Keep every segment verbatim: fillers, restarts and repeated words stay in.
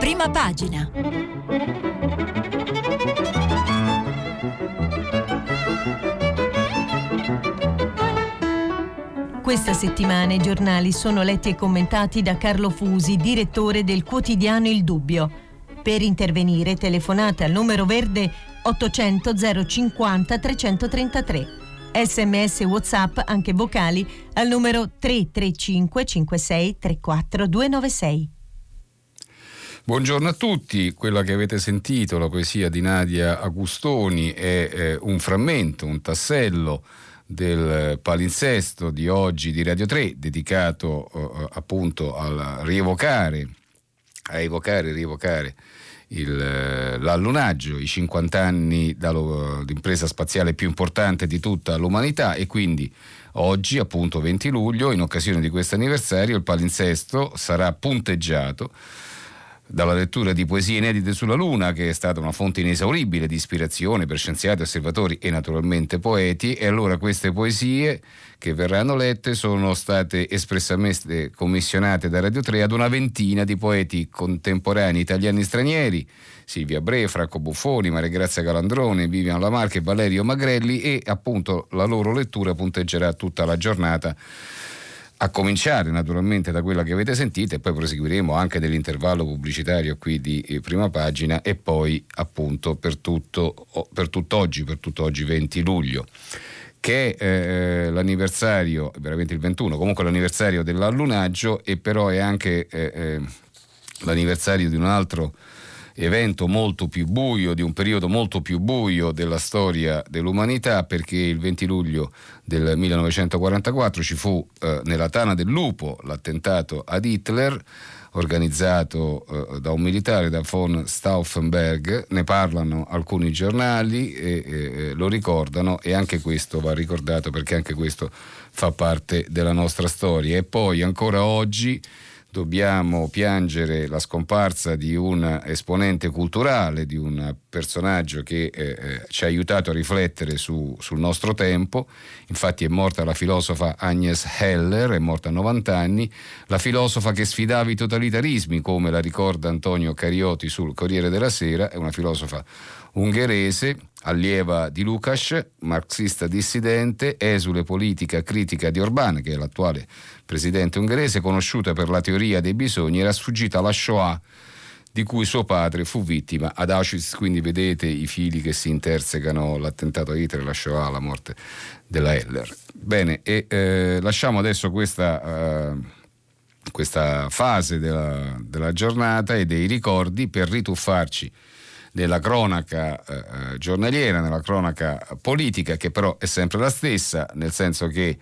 Prima pagina. Questa settimana i giornali sono letti e commentati da Carlo Fusi, direttore del quotidiano Il Dubbio. Per intervenire telefonate al numero verde ottocento zero cinquanta trecentotrentatré. Sms e WhatsApp, anche vocali, al numero tre tre cinque cinque sei tre quattro due nove sei. Buongiorno a tutti, quella che avete sentito, la poesia di Nadia Agustoni, è eh, un frammento, un tassello del palinsesto di oggi di Radio tre, dedicato eh, appunto al rievocare, a evocare e rievocare il, l'allunaggio, i cinquanta anni dall'impresa spaziale più importante di tutta l'umanità, e quindi oggi, appunto venti luglio, in occasione di questo anniversario, il palinsesto sarà punteggiato dalla lettura di poesie inedite sulla Luna, che è stata una fonte inesauribile di ispirazione per scienziati, osservatori e naturalmente poeti. E allora queste poesie che verranno lette sono state espressamente commissionate da Radio tre ad una ventina di poeti contemporanei italiani e stranieri: Silvia Bre, Franco Buffoni, Maria Grazia Calandrone, Vivian Lamarche e Valerio Magrelli, e appunto la loro lettura punteggerà tutta la giornata, a cominciare naturalmente da quella che avete sentito, e poi proseguiremo anche dell'intervallo pubblicitario qui di Prima Pagina, e poi appunto per tutto per tutt'oggi, per tutt'oggi venti luglio, che è eh, l'anniversario, veramente il ventuno, comunque l'anniversario dell'allunaggio, e però è anche eh, eh, l'anniversario di un altro evento molto più buio, di un periodo molto più buio della storia dell'umanità, perché il venti luglio del millenovecentoquarantaquattro ci fu eh, nella Tana del Lupo l'attentato ad Hitler, organizzato eh, da un militare, da von Stauffenberg. Ne parlano alcuni giornali e eh, lo ricordano, e anche questo va ricordato perché anche questo fa parte della nostra storia. E poi ancora oggi dobbiamo piangere la scomparsa di un esponente culturale, di un personaggio che eh, ci ha aiutato a riflettere su, sul nostro tempo. Infatti è morta la filosofa Agnes Heller, è morta a novanta anni, la filosofa che sfidava i totalitarismi, come la ricorda Antonio Carioti sul Corriere della Sera. È una filosofa ungherese, allieva di Lukács, marxista dissidente, esule politica critica di Orbán, che è l'attuale presidente ungherese, conosciuta per la teoria dei bisogni. Era sfuggita alla Shoah, di cui suo padre fu vittima ad Auschwitz. Quindi vedete i fili che si intersecano: l'attentato a Hitler, la Shoah, la morte della Heller. Bene, e eh, lasciamo adesso questa, uh, questa fase della, della giornata e dei ricordi per rituffarci nella cronaca eh, giornaliera, nella cronaca politica, che però è sempre la stessa, nel senso che,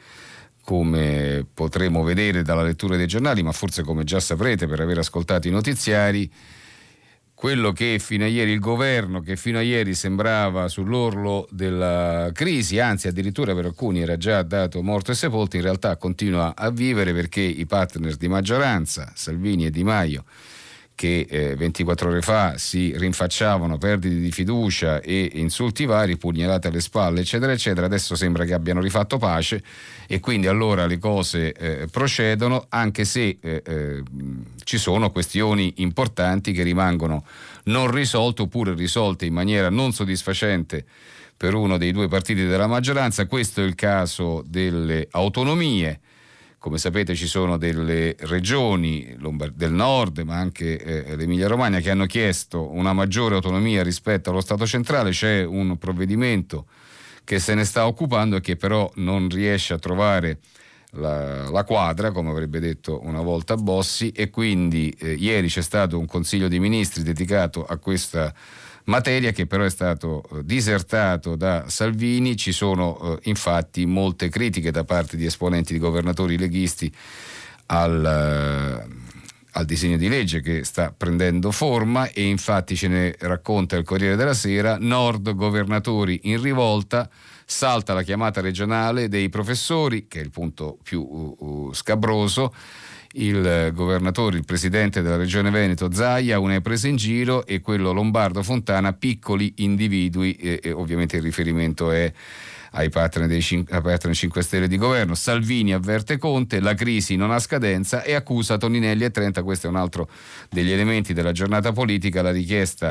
come potremo vedere dalla lettura dei giornali, ma forse come già saprete per aver ascoltato i notiziari, quello che fino a ieri il governo, che fino a ieri sembrava sull'orlo della crisi, anzi addirittura per alcuni era già dato morto e sepolto, in realtà continua a vivere, perché i partner di maggioranza, Salvini e Di Maio, che eh, ventiquattro ore fa si rinfacciavano perdite di fiducia e insulti vari, pugnalate alle spalle, eccetera eccetera, adesso sembra che abbiano rifatto pace, e quindi allora le cose eh, procedono, anche se eh, eh, ci sono questioni importanti che rimangono non risolte, oppure risolte in maniera non soddisfacente per uno dei due partiti della maggioranza. Questo è il caso delle autonomie. Come sapete ci sono delle regioni del nord, ma anche eh, l'Emilia Romagna, che hanno chiesto una maggiore autonomia rispetto allo Stato centrale. C'è un provvedimento che se ne sta occupando e che però non riesce a trovare la, la quadra, come avrebbe detto una volta Bossi, e quindi eh, ieri c'è stato un Consiglio dei Ministri dedicato a questa materia, che però è stato eh, disertato da Salvini. Ci sono eh, infatti molte critiche da parte di esponenti di governatori leghisti al, eh, al disegno di legge che sta prendendo forma, e infatti ce ne racconta il Corriere della Sera: Nord, governatori in rivolta, salta la chiamata regionale dei professori, che è il punto più uh, uh, scabroso. Il governatore, il presidente della regione Veneto Zaia, una è presa in giro, e quello lombardo Fontana, piccoli individui, e, e ovviamente il riferimento è ai partner, dei cin- ai partner cinque Stelle di governo. Salvini avverte Conte, la crisi non ha scadenza, e accusa Toninelli e Trenta. Questo è un altro degli elementi della giornata politica, la richiesta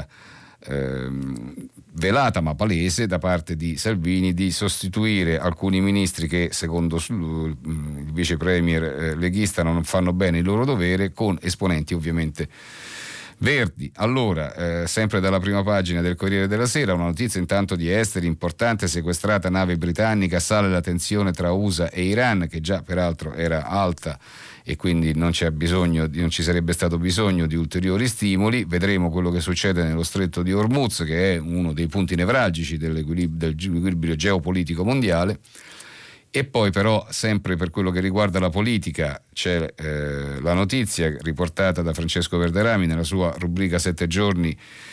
ehm, velata ma palese da parte di Salvini di sostituire alcuni ministri che secondo il vice premier eh, leghista non fanno bene il loro dovere con esponenti ovviamente verdi. Allora, eh, sempre dalla prima pagina del Corriere della Sera, una notizia intanto di esteri importante: sequestrata nave britannica, sale la tensione tra U S A e Iran, che già peraltro era alta e quindi non c'è bisogno, non ci sarebbe stato bisogno di ulteriori stimoli. Vedremo quello che succede nello stretto di Hormuz, che è uno dei punti nevralgici dell'equilibrio, dell'equilibrio geopolitico mondiale. E poi però, sempre per quello che riguarda la politica, c'è eh, la notizia riportata da Francesco Verderami nella sua rubrica Sette giorni,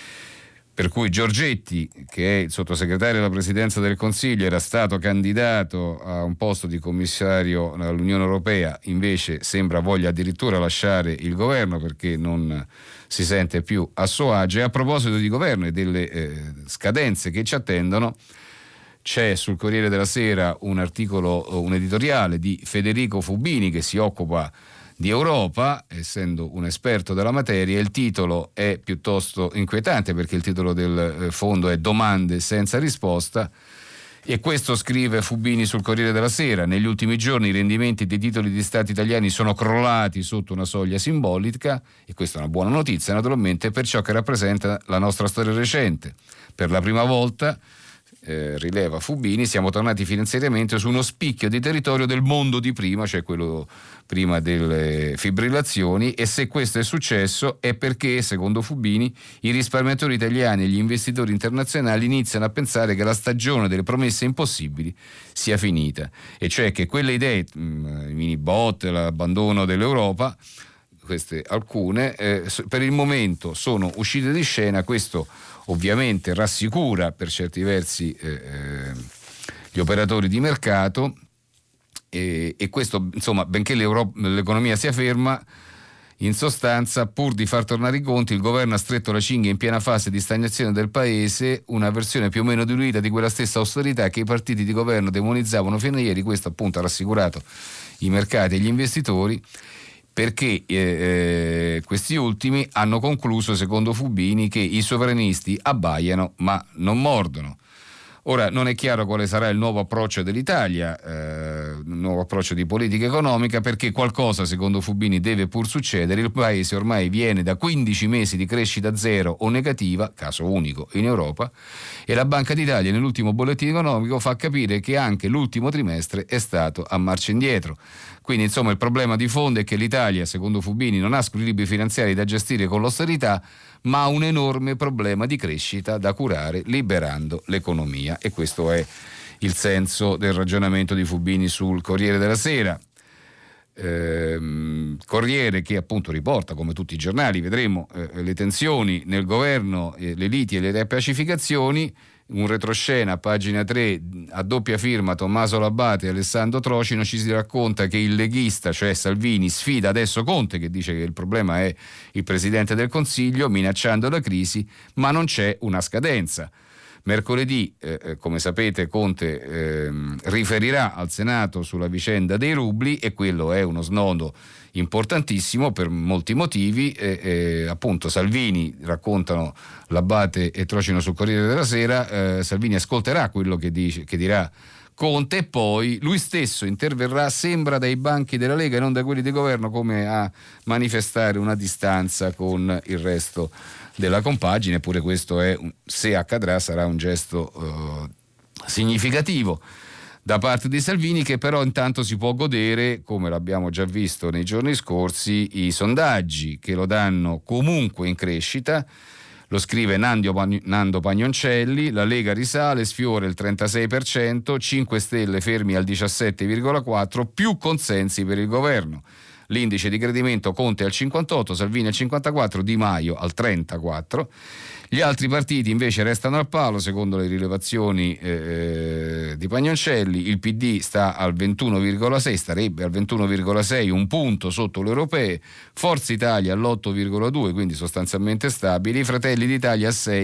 per cui Giorgetti, che è il sottosegretario della Presidenza del Consiglio, era stato candidato a un posto di commissario all'Unione Europea, invece sembra voglia addirittura lasciare il governo perché non si sente più a suo agio. E a proposito di governo e delle eh, scadenze che ci attendono, c'è sul Corriere della Sera un articolo, un editoriale di Federico Fubini, che si occupa di Europa, essendo un esperto della materia. Il titolo è piuttosto inquietante perché il titolo del fondo è Domande senza risposta, e questo scrive Fubini sul Corriere della Sera: negli ultimi giorni i rendimenti dei titoli di Stato italiani sono crollati sotto una soglia simbolica, e questa è una buona notizia naturalmente per ciò che rappresenta la nostra storia recente. Per la prima volta, Eh, rileva Fubini, siamo tornati finanziariamente su uno spicchio di territorio del mondo di prima, cioè quello prima delle fibrillazioni, e se questo è successo è perché, secondo Fubini, i risparmiatori italiani e gli investitori internazionali iniziano a pensare che la stagione delle promesse impossibili sia finita, e cioè che quelle idee, mh, i mini bot, l'abbandono dell'Europa, queste alcune, eh, per il momento sono uscite di scena. Questo ovviamente rassicura per certi versi eh, gli operatori di mercato, e, e questo, insomma, benché l'economia sia ferma, in sostanza, pur di far tornare i conti, il governo ha stretto la cinghia in piena fase di stagnazione del paese, una versione più o meno diluita di quella stessa austerità che i partiti di governo demonizzavano fino a ieri. Questo appunto ha rassicurato i mercati e gli investitori, perché eh, questi ultimi hanno concluso, secondo Fubini, che i sovranisti abbaiano ma non mordono. Ora, non è chiaro quale sarà il nuovo approccio dell'Italia, eh, il nuovo approccio di politica economica, perché qualcosa, secondo Fubini, deve pur succedere. Il paese ormai viene da quindici mesi di crescita zero o negativa, caso unico in Europa, e la Banca d'Italia nell'ultimo bollettino economico fa capire che anche l'ultimo trimestre è stato a marcia indietro. Quindi, insomma, il problema di fondo è che l'Italia, secondo Fubini, non ha squilibri finanziari da gestire con l'austerità, ma ha un enorme problema di crescita da curare liberando l'economia, e questo è il senso del ragionamento di Fubini sul Corriere della Sera. Ehm, Corriere che appunto riporta, come tutti i giornali, vedremo eh, le tensioni nel governo, eh, le liti e le riappacificazioni. Un retroscena a pagina tre, a doppia firma Tommaso Labate e Alessandro Trocino, ci si racconta che il leghista, cioè Salvini, sfida adesso Conte, che dice che il problema è il Presidente del Consiglio, minacciando la crisi, ma non c'è una scadenza. Mercoledì, eh, come sapete, Conte eh, riferirà al Senato sulla vicenda dei rubli, e quello è uno snodo importantissimo per molti motivi. Eh, eh, appunto Salvini, raccontano Labate e Trocino sul Corriere della Sera, eh, Salvini ascolterà quello che, dice, che dirà Conte, e poi lui stesso interverrà, sembra dai banchi della Lega e non da quelli di governo, come a manifestare una distanza con il resto della compagine. Pure questo è, se accadrà, sarà un gesto eh, significativo da parte di Salvini, che però intanto si può godere, come l'abbiamo già visto nei giorni scorsi, i sondaggi che lo danno comunque in crescita. Lo scrive Nando Pagnoncelli: la Lega risale, sfiora il trentasei per cento, cinque Stelle fermi al diciassette virgola quattro, più consensi per il governo. L'indice di gradimento: Conte al cinquantotto, Salvini al cinquantaquattro, Di Maio al trentaquattro. Gli altri partiti invece restano al palo, secondo le rilevazioni eh, di Pagnoncelli. Il P D sta al ventuno virgola sei, starebbe al ventuno virgola sei, un punto sotto le europee. Forza Italia all'otto virgola due, quindi sostanzialmente stabili. I Fratelli d'Italia a sei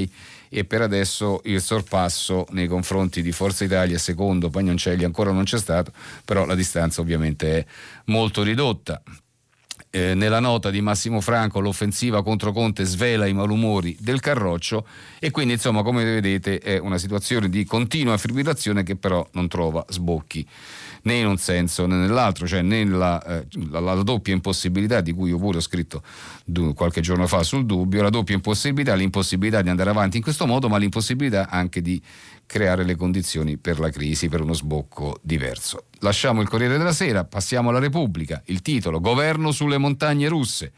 e per adesso il sorpasso nei confronti di Forza Italia, secondo Pagnoncelli, ancora non c'è stato, però la distanza ovviamente è molto ridotta. Eh, nella nota di Massimo Franco l'offensiva contro Conte svela i malumori del Carroccio, e quindi insomma, come vedete, è una situazione di continua fibrillazione che però non trova sbocchi né in un senso né nell'altro, cioè nella eh, la, la doppia impossibilità di cui io pure ho scritto du, qualche giorno fa sul Dubbio, la doppia impossibilità, l'impossibilità di andare avanti in questo modo, ma l'impossibilità anche di creare le condizioni per la crisi, per uno sbocco diverso. Lasciamo il Corriere della Sera, passiamo alla Repubblica. Il titolo: Governo sulle montagne russe.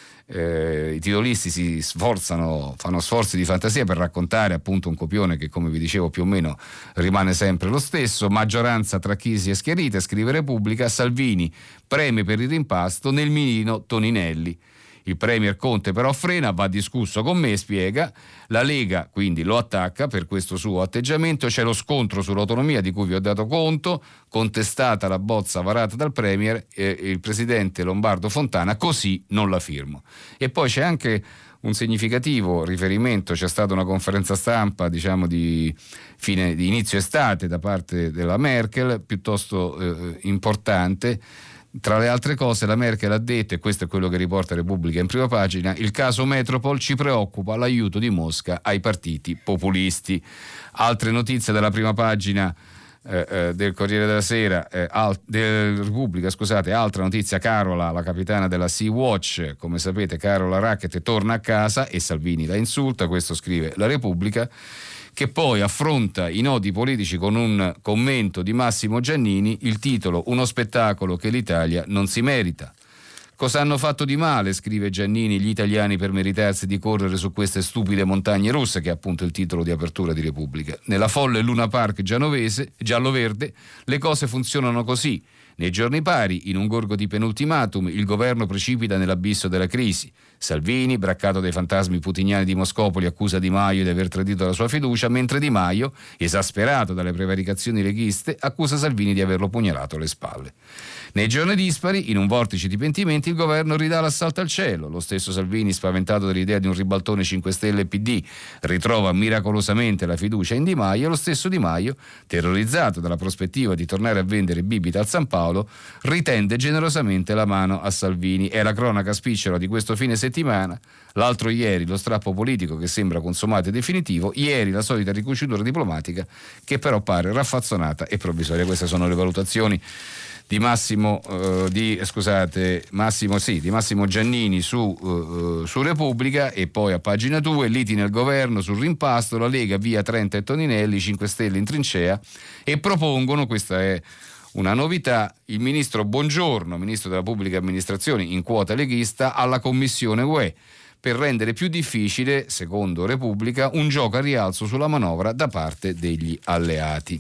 Eh, I titolisti si sforzano, fanno sforzi di fantasia per raccontare appunto un copione che, come vi dicevo, più o meno rimane sempre lo stesso. Maggioranza tra chi si è schierita, scrive Repubblica. Salvini preme per il rimpasto, nel mirino Toninelli. Il premier Conte però frena, va discusso con me, spiega. La Lega quindi lo attacca per questo suo atteggiamento. C'è lo scontro sull'autonomia di cui vi ho dato conto, contestata la bozza varata dal premier, e il presidente Lombardo Fontana: così non la firmo. E poi c'è anche un significativo riferimento, c'è stata una conferenza stampa diciamo di fine di inizio estate da parte della Merkel, piuttosto eh, importante. Tra le altre cose la Merkel ha detto, e questo è quello che riporta Repubblica in prima pagina: il caso Metropol, ci preoccupa l'aiuto di Mosca ai partiti populisti. Altre notizie dalla prima pagina eh, eh, del Corriere della Sera, eh, al, del Repubblica, scusate. Altra notizia: Carola, la capitana della Sea-Watch, come sapete Carola Rackete torna a casa e Salvini la insulta, questo scrive la Repubblica, che poi affronta i nodi politici con un commento di Massimo Giannini, il titolo: uno spettacolo che l'Italia non si merita. Cosa hanno fatto di male, scrive Giannini, gli italiani per meritarsi di correre su queste stupide montagne russe, che è appunto il titolo di apertura di Repubblica. Nella folle Luna Park giallovese, giallo-verde, le cose funzionano così. Nei giorni pari, in un gorgo di penultimatum, il governo precipita nell'abisso della crisi. Salvini, braccato dai fantasmi putiniani di Moscopoli, accusa Di Maio di aver tradito la sua fiducia, mentre Di Maio, esasperato dalle prevaricazioni leghiste, accusa Salvini di averlo pugnalato alle spalle. Nei giorni dispari, in un vortice di pentimenti, il governo ridà l'assalto al cielo. Lo stesso Salvini, spaventato dall'idea di un ribaltone cinque Stelle e P D, ritrova miracolosamente la fiducia in Di Maio, e lo stesso Di Maio, terrorizzato dalla prospettiva di tornare a vendere bibita al San Paolo, ritende generosamente la mano a Salvini. È la cronaca spicciola di questo fine settimana. L'altro ieri lo strappo politico che sembra consumato e definitivo, ieri la solita ricucitura diplomatica che però pare raffazzonata e provvisoria. Queste sono le valutazioni di Massimo eh, di scusate Massimo sì di Massimo Giannini su, eh, su Repubblica. E poi a pagina due, liti nel governo sul rimpasto, la Lega via Trenta e Toninelli, cinque Stelle in trincea, e propongono, questa è una novità, il ministro Bongiorno, ministro della pubblica amministrazione in quota leghista, alla Commissione U E per rendere più difficile, secondo Repubblica, un gioco a rialzo sulla manovra da parte degli alleati.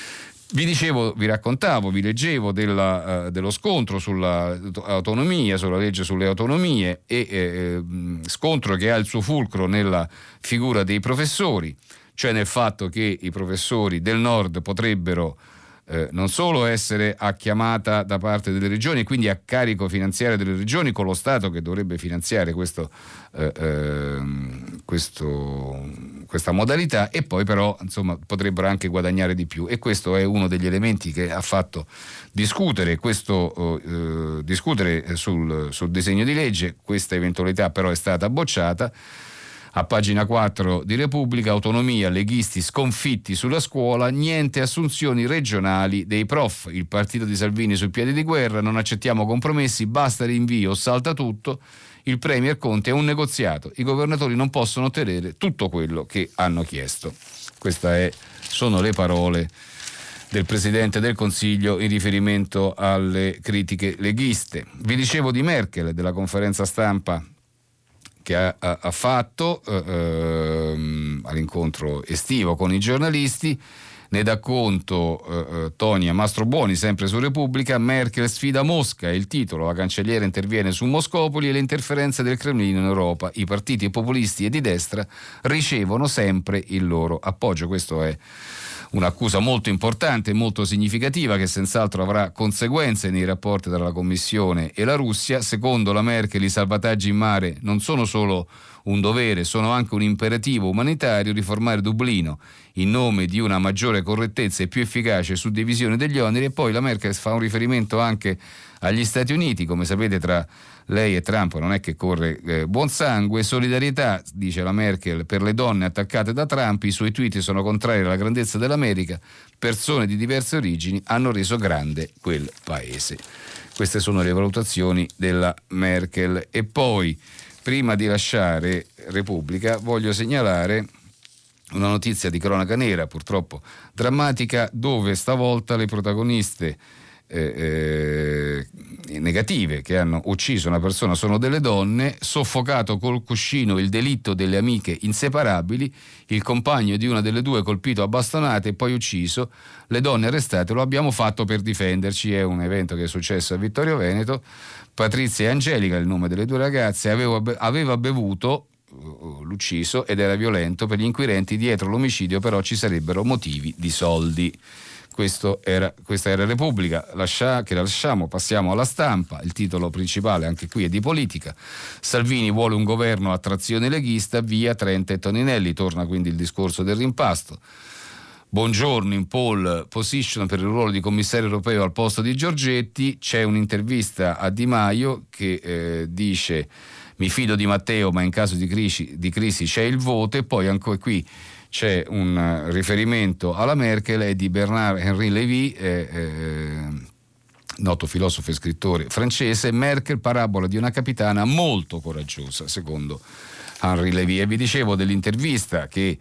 Vi dicevo, vi raccontavo, vi leggevo della, uh, dello scontro sull'autonomia, sulla legge sulle autonomie, e eh, scontro che ha il suo fulcro nella figura dei professori, cioè nel fatto che i professori del nord potrebbero Eh, non solo essere a chiamata da parte delle regioni e quindi a carico finanziario delle regioni, con lo Stato che dovrebbe finanziare questo, eh, eh, questo, questa modalità, e poi però insomma potrebbero anche guadagnare di più, e questo è uno degli elementi che ha fatto discutere questo eh, discutere sul, sul disegno di legge. Questa eventualità però è stata bocciata. A pagina quattro di Repubblica, autonomia, leghisti sconfitti sulla scuola, niente assunzioni regionali dei prof. Il partito di Salvini sul piede di guerra, non accettiamo compromessi, basta rinvio, salta tutto. Il premier Conte è un negoziato, i governatori non possono ottenere tutto quello che hanno chiesto. Queste sono le parole del Presidente del Consiglio in riferimento alle critiche leghiste. Vi dicevo di Merkel, della conferenza stampa che ha, ha, ha fatto eh, ehm, all'incontro estivo con i giornalisti. Ne dà conto eh, Tonia Mastrobuoni, sempre su Repubblica. Merkel sfida Mosca, è il titolo. La cancelliera interviene su Moscopoli e le interferenze del Cremlino in Europa. I partiti populisti e di destra ricevono sempre il loro appoggio. Questo è un'accusa molto importante e molto significativa che senz'altro avrà conseguenze nei rapporti tra la Commissione e la Russia. Secondo la Merkel i salvataggi in mare non sono solo un dovere, sono anche un imperativo umanitario. Riformare Dublino in nome di una maggiore correttezza e più efficace suddivisione degli oneri. E poi la Merkel fa un riferimento anche agli Stati Uniti. Come sapete, tra lei e Trump non è che corre eh, buon sangue. Solidarietà, dice la Merkel, per le donne attaccate da Trump. I suoi tweet sono contrari alla grandezza dell'America. Persone di diverse origini hanno reso grande quel paese. Queste sono le valutazioni della Merkel. E poi, prima di lasciare Repubblica, voglio segnalare una notizia di cronaca nera, purtroppo drammatica, dove stavolta le protagoniste eh, eh, negative che hanno ucciso una persona sono delle donne. Soffocato col cuscino, il delitto delle amiche inseparabili, il compagno di una delle due colpito a bastonate e poi ucciso, le donne arrestate, lo abbiamo fatto per difenderci. È un evento che è successo a Vittorio Veneto. Patrizia e Angelica, il nome delle due ragazze, aveva, aveva bevuto l'ucciso ed era violento. Per gli inquirenti dietro l'omicidio però ci sarebbero motivi di soldi. Questo era, questa era Repubblica, Lascia, che lasciamo, passiamo alla Stampa. Il titolo principale anche qui è di politica. Salvini vuole un governo a trazione leghista, via Trenta e Toninelli. Torna quindi il discorso del rimpasto. Buongiorno in pole position per il ruolo di commissario europeo al posto di Giorgetti. C'è un'intervista a Di Maio che eh, dice: mi fido di Matteo, ma in caso di crisi, di crisi c'è il voto. E poi anche qui c'è un riferimento alla Merkel e di Bernard-Henri Lévy, eh, eh, noto filosofo e scrittore francese. Merkel, parabola di una capitana molto coraggiosa, secondo Henri Lévy. E vi dicevo dell'intervista che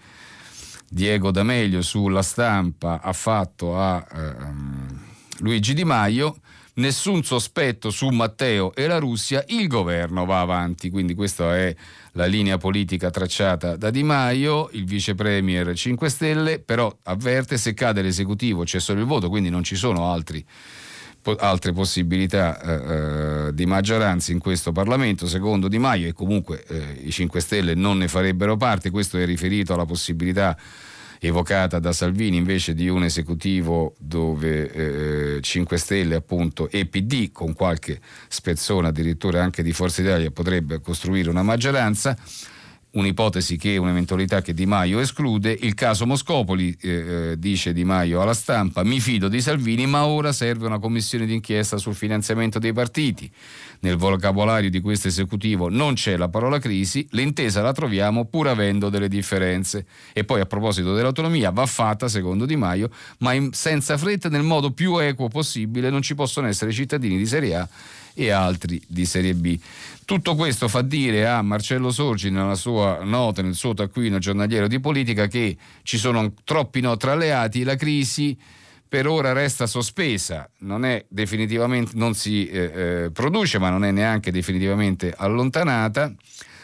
Diego D'Amelio sulla Stampa ha fatto a um, Luigi Di Maio. Nessun sospetto su Matteo e la Russia, il governo va avanti. Quindi questa è la linea politica tracciata da Di Maio. Il vice premier cinque Stelle però avverte: se cade l'esecutivo c'è solo il voto, quindi non ci sono altri, po- altre possibilità eh, di maggioranza in questo Parlamento, secondo Di Maio. E comunque eh, i cinque Stelle non ne farebbero parte. Questo è riferito alla possibilità evocata da Salvini invece di un esecutivo dove eh, cinque Stelle appunto e P D con qualche spezzone addirittura anche di Forza Italia potrebbe costruire una maggioranza. Un'ipotesi che, un'eventualità che Di Maio esclude. Il caso Moscopoli, eh, dice Di Maio alla Stampa: mi fido di Salvini, ma ora serve una commissione d'inchiesta sul finanziamento dei partiti. Nel vocabolario di questo esecutivo non c'è la parola crisi, l'intesa la troviamo pur avendo delle differenze. E poi, a proposito dell'autonomia, va fatta secondo Di Maio, ma in, senza fretta, nel modo più equo possibile. Non ci possono essere cittadini di Serie A e altri di Serie B. Tutto questo fa dire a Marcello Sorgi nella sua nota, nel suo taccuino giornaliero di politica, che ci sono troppi no tra alleati, la crisi per ora resta sospesa, non è definitivamente, non si eh, eh, produce, ma non è neanche definitivamente allontanata.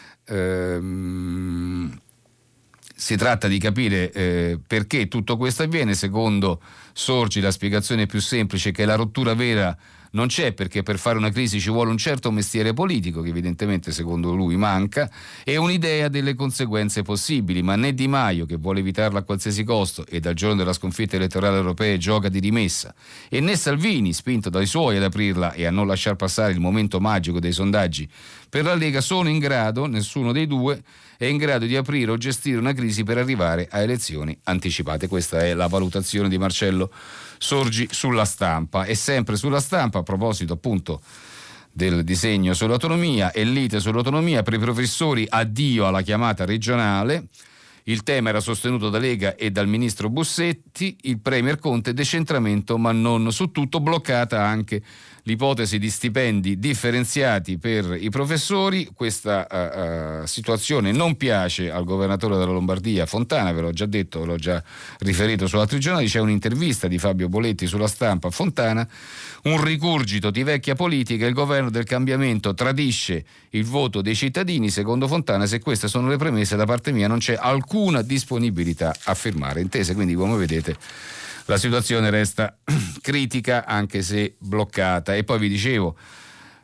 Ehm, si tratta di capire eh, perché tutto questo avviene. Secondo Sorgi la spiegazione più semplice è che la rottura vera non c'è, perché per fare una crisi ci vuole un certo mestiere politico che evidentemente secondo lui manca, e un'idea delle conseguenze possibili. Ma né Di Maio, che vuole evitarla a qualsiasi costo e dal giorno della sconfitta elettorale europea gioca di rimessa, e né Salvini, spinto dai suoi ad aprirla e a non lasciar passare il momento magico dei sondaggi per la Lega, sono in grado, nessuno dei due è in grado di aprire o gestire una crisi per arrivare a elezioni anticipate. Questa è la valutazione di Marcello Sorgi sulla Stampa. E sempre sulla Stampa, a proposito appunto del disegno sull'autonomia e lite sull'autonomia, per i professori addio alla chiamata regionale. Il tema era sostenuto da Lega e dal ministro Bussetti. Il premier Conte: decentramento ma non su tutto. Bloccata anche l'ipotesi di stipendi differenziati per i professori. Questa uh, uh, situazione non piace al governatore della Lombardia Fontana, ve l'ho già detto, ve l'ho già riferito su altri giornali. C'è un'intervista di Fabio Boletti sulla Stampa a Fontana: un rigurgito di vecchia politica, il governo del cambiamento tradisce il voto dei cittadini. Secondo Fontana, se queste sono le premesse, da parte mia non c'è alcuna disponibilità a firmare intese. Quindi, come vedete, la situazione resta critica anche se bloccata. E poi vi dicevo,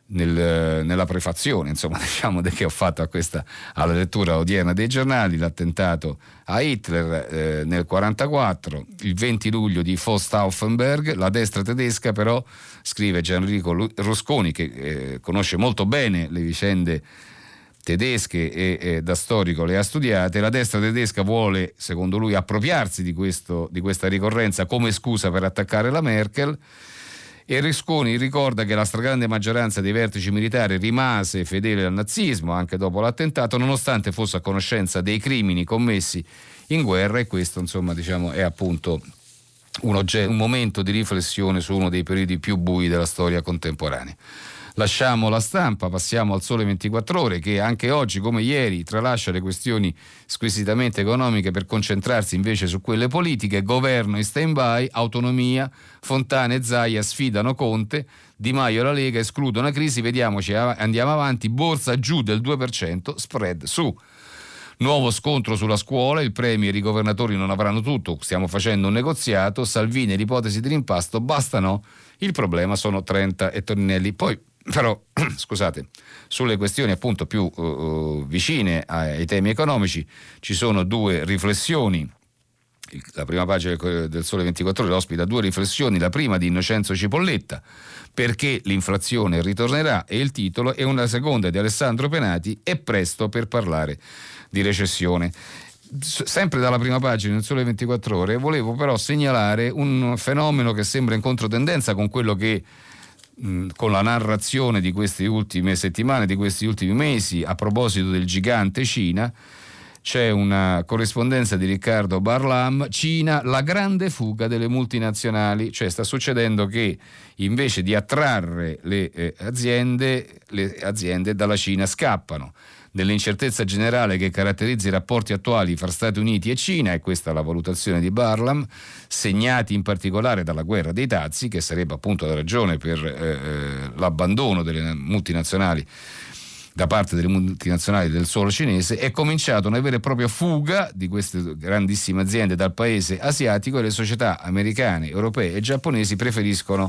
nel, nella prefazione, insomma, diciamo, che ho fatto a questa, alla lettura odierna dei giornali, l'attentato a Hitler eh, nel quarantaquattro, il venti luglio di Faust-Stauffenberg. La destra tedesca però, scrive Gianrico Rusconi, che eh, conosce molto bene le vicende tedesche e eh, da storico le ha studiate, la destra tedesca vuole, secondo lui, appropriarsi di, questo, di questa ricorrenza come scusa per attaccare la Merkel. E Rusconi ricorda che la stragrande maggioranza dei vertici militari rimase fedele al nazismo anche dopo l'attentato, nonostante fosse a conoscenza dei crimini commessi in guerra, e questo, insomma, diciamo, è appunto un, oggetto, un momento di riflessione su uno dei periodi più bui della storia contemporanea. Lasciamo la stampa, passiamo al Sole ventiquattro Ore, che anche oggi come ieri tralascia le questioni squisitamente economiche per concentrarsi invece su quelle politiche. Governo in stand-by, autonomia, Fontana e Zaia sfidano Conte, Di Maio e la Lega escludono la crisi, vediamoci, andiamo avanti, borsa giù del due per cento, spread su. Nuovo scontro sulla scuola, il premier e i governatori non avranno tutto, stiamo facendo un negoziato, Salvini e l'ipotesi di rimpasto, basta no, il problema sono Trenta e Toninelli. Poi però, scusate, sulle questioni appunto più uh, vicine ai temi economici ci sono due riflessioni. La prima pagina del Sole ventiquattro Ore ospita due riflessioni, la prima di Innocenzo Cipolletta, perché l'inflazione ritornerà, e il titolo, e una seconda di Alessandro Penati, è presto per parlare di recessione. Sempre dalla prima pagina del Sole ventiquattro Ore volevo però segnalare un fenomeno che sembra in controtendenza con quello che con la narrazione di queste ultime settimane, di questi ultimi mesi, a proposito del gigante Cina. C'è una corrispondenza di Riccardo Barlam, Cina, la grande fuga delle multinazionali, cioè sta succedendo che invece di attrarre le eh, aziende, le aziende dalla Cina scappano. Nell'incertezza generale che caratterizza i rapporti attuali fra Stati Uniti e Cina, e questa è la valutazione di Barlam, segnati in particolare dalla guerra dei dazi, che sarebbe appunto la ragione per eh, l'abbandono delle multinazionali da parte delle multinazionali del suolo cinese, è cominciata una vera e propria fuga di queste grandissime aziende dal paese asiatico, e le società americane, europee e giapponesi preferiscono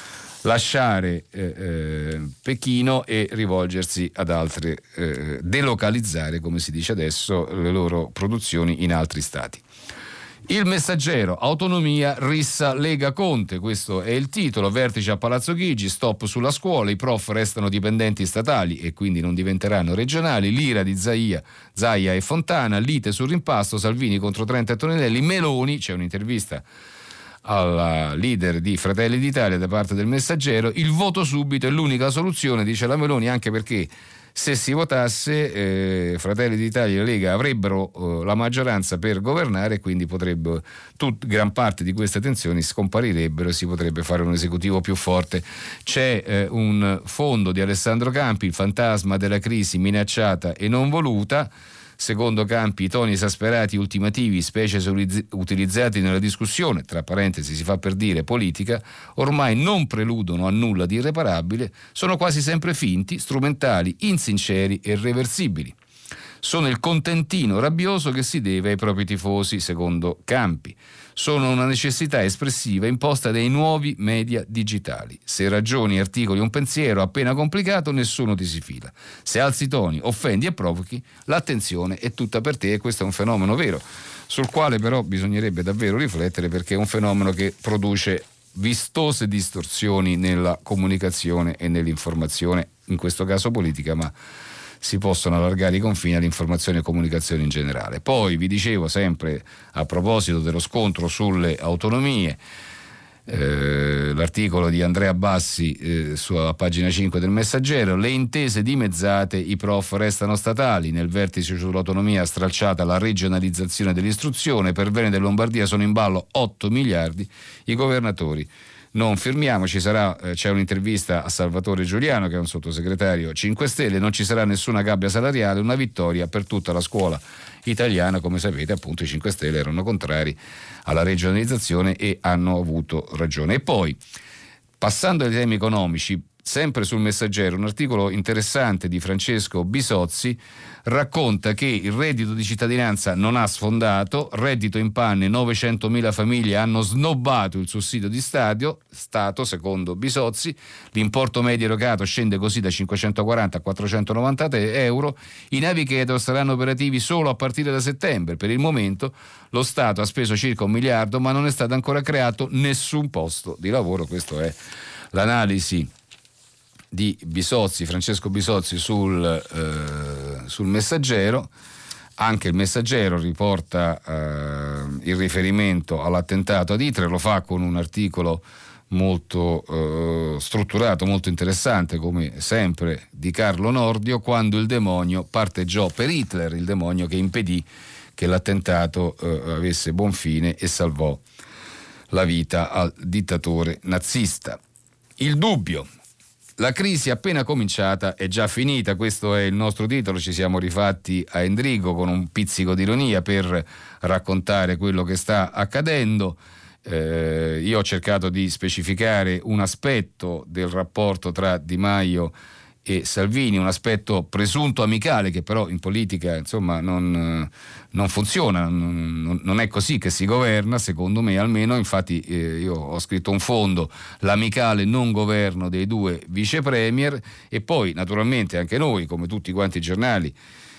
lasciare eh, eh, Pechino e rivolgersi ad altre, eh, delocalizzare, come si dice adesso, le loro produzioni in altri stati. Il Messaggero, autonomia, rissa Lega Conte, questo è il titolo. Vertice a Palazzo Chigi, stop sulla scuola, i prof restano dipendenti statali e quindi non diventeranno regionali, l'ira di Zaia, Zaia e Fontana, lite sul rimpasto, Salvini contro Trenta e Toninelli, Meloni, c'è un'intervista alla leader di Fratelli d'Italia da parte del Messaggero, il voto subito è l'unica soluzione, dice la Meloni, anche perché se si votasse eh, Fratelli d'Italia e la Lega avrebbero eh, la maggioranza per governare, e quindi potrebbe tut, gran parte di queste tensioni scomparirebbero e si potrebbe fare un esecutivo più forte. C'è eh, un fondo di Alessandro Campi, il fantasma della crisi minacciata e non voluta. Secondo Campi, i toni esasperati ultimativi, specie se utilizzati nella discussione, tra parentesi si fa per dire politica, ormai non preludono a nulla di irreparabile, sono quasi sempre finti, strumentali, insinceri e irreversibili. Sono il contentino rabbioso che si deve ai propri tifosi, secondo Campi. Sono una necessità espressiva imposta dai nuovi media digitali. Se ragioni, articoli un pensiero appena complicato, nessuno ti si fila. Se alzi i toni, offendi e provochi, l'attenzione è tutta per te, e questo è un fenomeno vero, sul quale però bisognerebbe davvero riflettere, perché è un fenomeno che produce vistose distorsioni nella comunicazione e nell'informazione, in questo caso politica, ma si possono allargare i confini all'informazione e comunicazione in generale. Poi vi dicevo, sempre a proposito dello scontro sulle autonomie, eh, l'articolo di Andrea Bassi eh, sulla pagina cinque del Messaggero, le intese dimezzate, i prof restano statali, nel vertice sull'autonomia stralciata la regionalizzazione dell'istruzione, per Veneto e Lombardia sono in ballo otto miliardi, i governatori non firmiamo. Ci sarà, eh, c'è un'intervista a Salvatore Giuliano, che è un sottosegretario cinque Stelle, non ci sarà nessuna gabbia salariale, una vittoria per tutta la scuola italiana. Come sapete, appunto, i cinque Stelle erano contrari alla regionalizzazione e hanno avuto ragione. E poi, passando ai temi economici, sempre sul Messaggero, un articolo interessante di Francesco Bisozzi racconta che il reddito di cittadinanza non ha sfondato, reddito in panne, novecentomila famiglie hanno snobbato il sussidio di stadio, Stato, secondo Bisozzi, l'importo medio erogato scende così da cinquecentoquaranta a quattrocentonovanta euro, i navigator saranno operativi solo a partire da settembre, per il momento lo Stato ha speso circa un miliardo ma non è stato ancora creato nessun posto di lavoro. Questa è l'analisi di Bisozzi, Francesco Bisozzi sul, eh, sul Messaggero. Anche il Messaggero riporta eh, il riferimento all'attentato ad Hitler, lo fa con un articolo molto eh, strutturato, molto interessante, come sempre, di Carlo Nordio, quando il demonio parteggiò per Hitler, il demonio che impedì che l'attentato eh, avesse buon fine e salvò la vita al dittatore nazista. Il dubbio. La crisi appena cominciata è già finita, questo è il nostro titolo, ci siamo rifatti a Endrigo con un pizzico di ironia per raccontare quello che sta accadendo. Eh, io ho cercato di specificare un aspetto del rapporto tra Di Maio e Salvini, un aspetto presunto amicale che però in politica insomma non, non funziona, non, non è così che si governa, secondo me almeno. Infatti eh, io ho scritto un fondo, l'amicale non governo dei due vice premier, e poi naturalmente anche noi, come tutti quanti i giornali,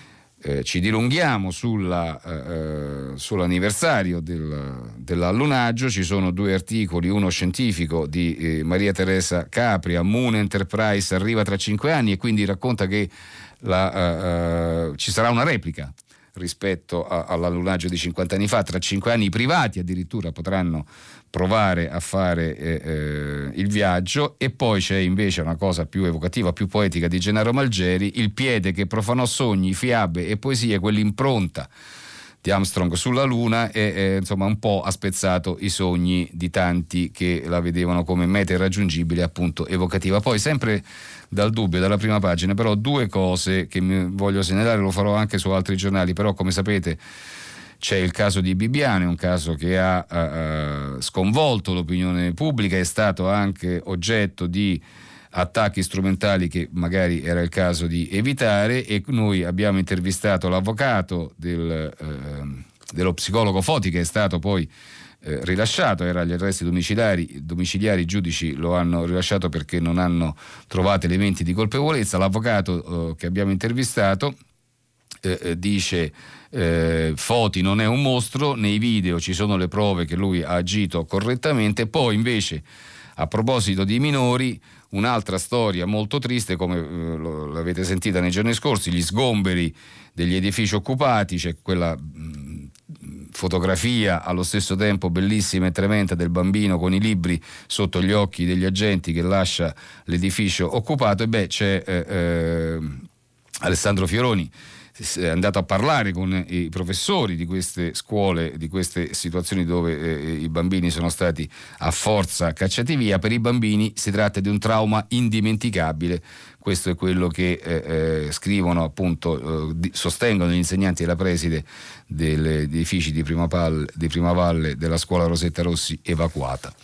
Eh, ci dilunghiamo sulla, eh, sull'anniversario del, dell'allunaggio. Ci sono due articoli, uno scientifico di eh, Maria Teresa Capria, Moon Enterprise arriva tra cinque anni, e quindi racconta che la, eh, eh, ci sarà una replica rispetto a, all'allunaggio di cinquanta anni fa. Tra cinque anni i privati addirittura potranno provare a fare eh, eh, il viaggio. E poi c'è invece una cosa più evocativa, più poetica di Gennaro Malgeri, il piede che profanò sogni, fiabe e poesie, quell'impronta di Armstrong sulla Luna e eh, insomma un po' ha spezzato i sogni di tanti che la vedevano come meta irraggiungibile, appunto evocativa. Poi sempre dal Dubbio, dalla prima pagina, però due cose che mi voglio segnalare, lo farò anche su altri giornali, però come sapete c'è il caso di Bibbiano, un caso che ha uh, sconvolto l'opinione pubblica, è stato anche oggetto di attacchi strumentali che magari era il caso di evitare, e noi abbiamo intervistato l'avvocato del, uh, dello psicologo Foti, che è stato poi uh, rilasciato, era agli arresti domiciliari, domiciliari, i giudici lo hanno rilasciato perché non hanno trovato elementi di colpevolezza. L'avvocato uh, che abbiamo intervistato uh, dice Eh, Foti non è un mostro, nei video ci sono le prove che lui ha agito correttamente. Poi invece, a proposito di minori, un'altra storia molto triste, come eh, lo, l'avete sentita nei giorni scorsi, gli sgomberi degli edifici occupati. C'è quella mh, fotografia allo stesso tempo bellissima e tremenda del bambino con i libri sotto gli occhi degli agenti che lascia l'edificio occupato. E beh, c'è eh, eh, Alessandro Fioroni è andato a parlare con i professori di queste scuole, di queste situazioni dove eh, i bambini sono stati a forza cacciati via. Per i bambini si tratta di un trauma indimenticabile, questo è quello che eh, eh, scrivono, appunto, eh, di, sostengono gli insegnanti e la preside degli edifici di Prima, Pal, di Prima Valle della scuola Rosetta Rossi evacuata.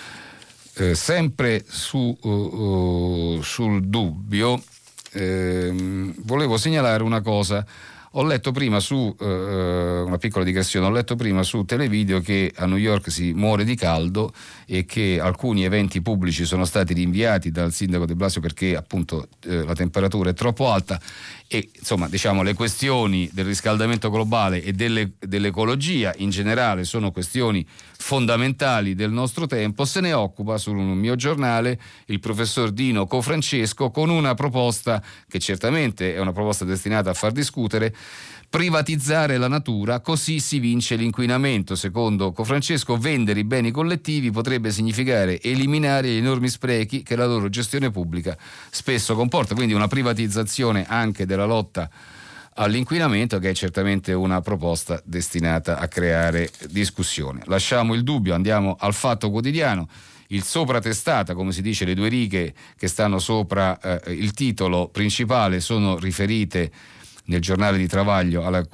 Eh, sempre su, uh, uh, sul Dubbio, Eh, volevo segnalare una cosa. Ho letto prima su eh, una piccola digressione, ho letto prima su Televideo che a New York si muore di caldo e che alcuni eventi pubblici sono stati rinviati dal sindaco De Blasio perché appunto eh, la temperatura è troppo alta. E insomma, diciamo, le questioni del riscaldamento globale e delle, dell'ecologia in generale sono questioni fondamentali del nostro tempo. Se ne occupa sul mio giornale il professor Dino Cofrancesco con una proposta che certamente è una proposta destinata a far discutere: privatizzare la natura, così si vince l'inquinamento. Secondo Cofrancesco, vendere i beni collettivi potrebbe significare eliminare gli enormi sprechi che la loro gestione pubblica spesso comporta, quindi una privatizzazione anche della lotta all'inquinamento, che è certamente una proposta destinata a creare discussione. Lasciamo il Dubbio, andiamo al Fatto Quotidiano. Il sopratestata, come si dice, le due righe che stanno sopra eh, il titolo principale sono riferite nel giornale di Travaglio alla,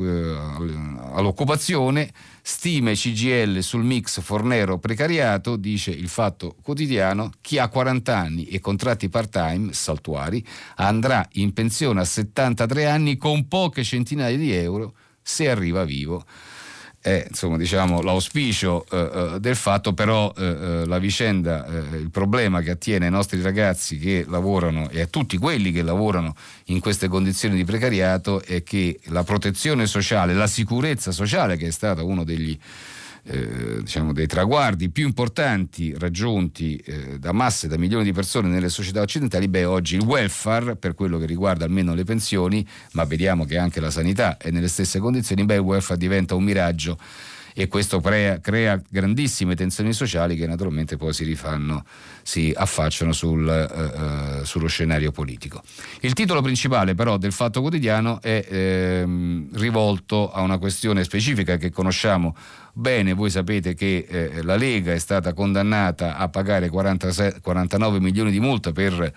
all'occupazione, stime C G I L sul mix Fornero precariato, dice il Fatto Quotidiano, chi ha quaranta anni e contratti part-time saltuari andrà in pensione a settantatré anni con poche centinaia di euro se arriva vivo. È insomma diciamo l'auspicio eh, del fatto, però eh, la vicenda, eh, il problema che attiene ai nostri ragazzi che lavorano e a tutti quelli che lavorano in queste condizioni di precariato è che la protezione sociale, la sicurezza sociale, che è stata uno degli Eh, diciamo dei traguardi più importanti raggiunti eh, da masse, da milioni di persone nelle società occidentali, beh oggi il welfare, per quello che riguarda almeno le pensioni, ma vediamo che anche la sanità è nelle stesse condizioni, beh il welfare diventa un miraggio e questo crea, crea grandissime tensioni sociali che naturalmente poi si rifanno, si affacciano sul, uh, uh, sullo scenario politico. Il titolo principale però del Fatto Quotidiano è ehm, rivolto a una questione specifica che conosciamo bene. Voi sapete che eh, la Lega è stata condannata a pagare quarantasei, quarantanove milioni di multa per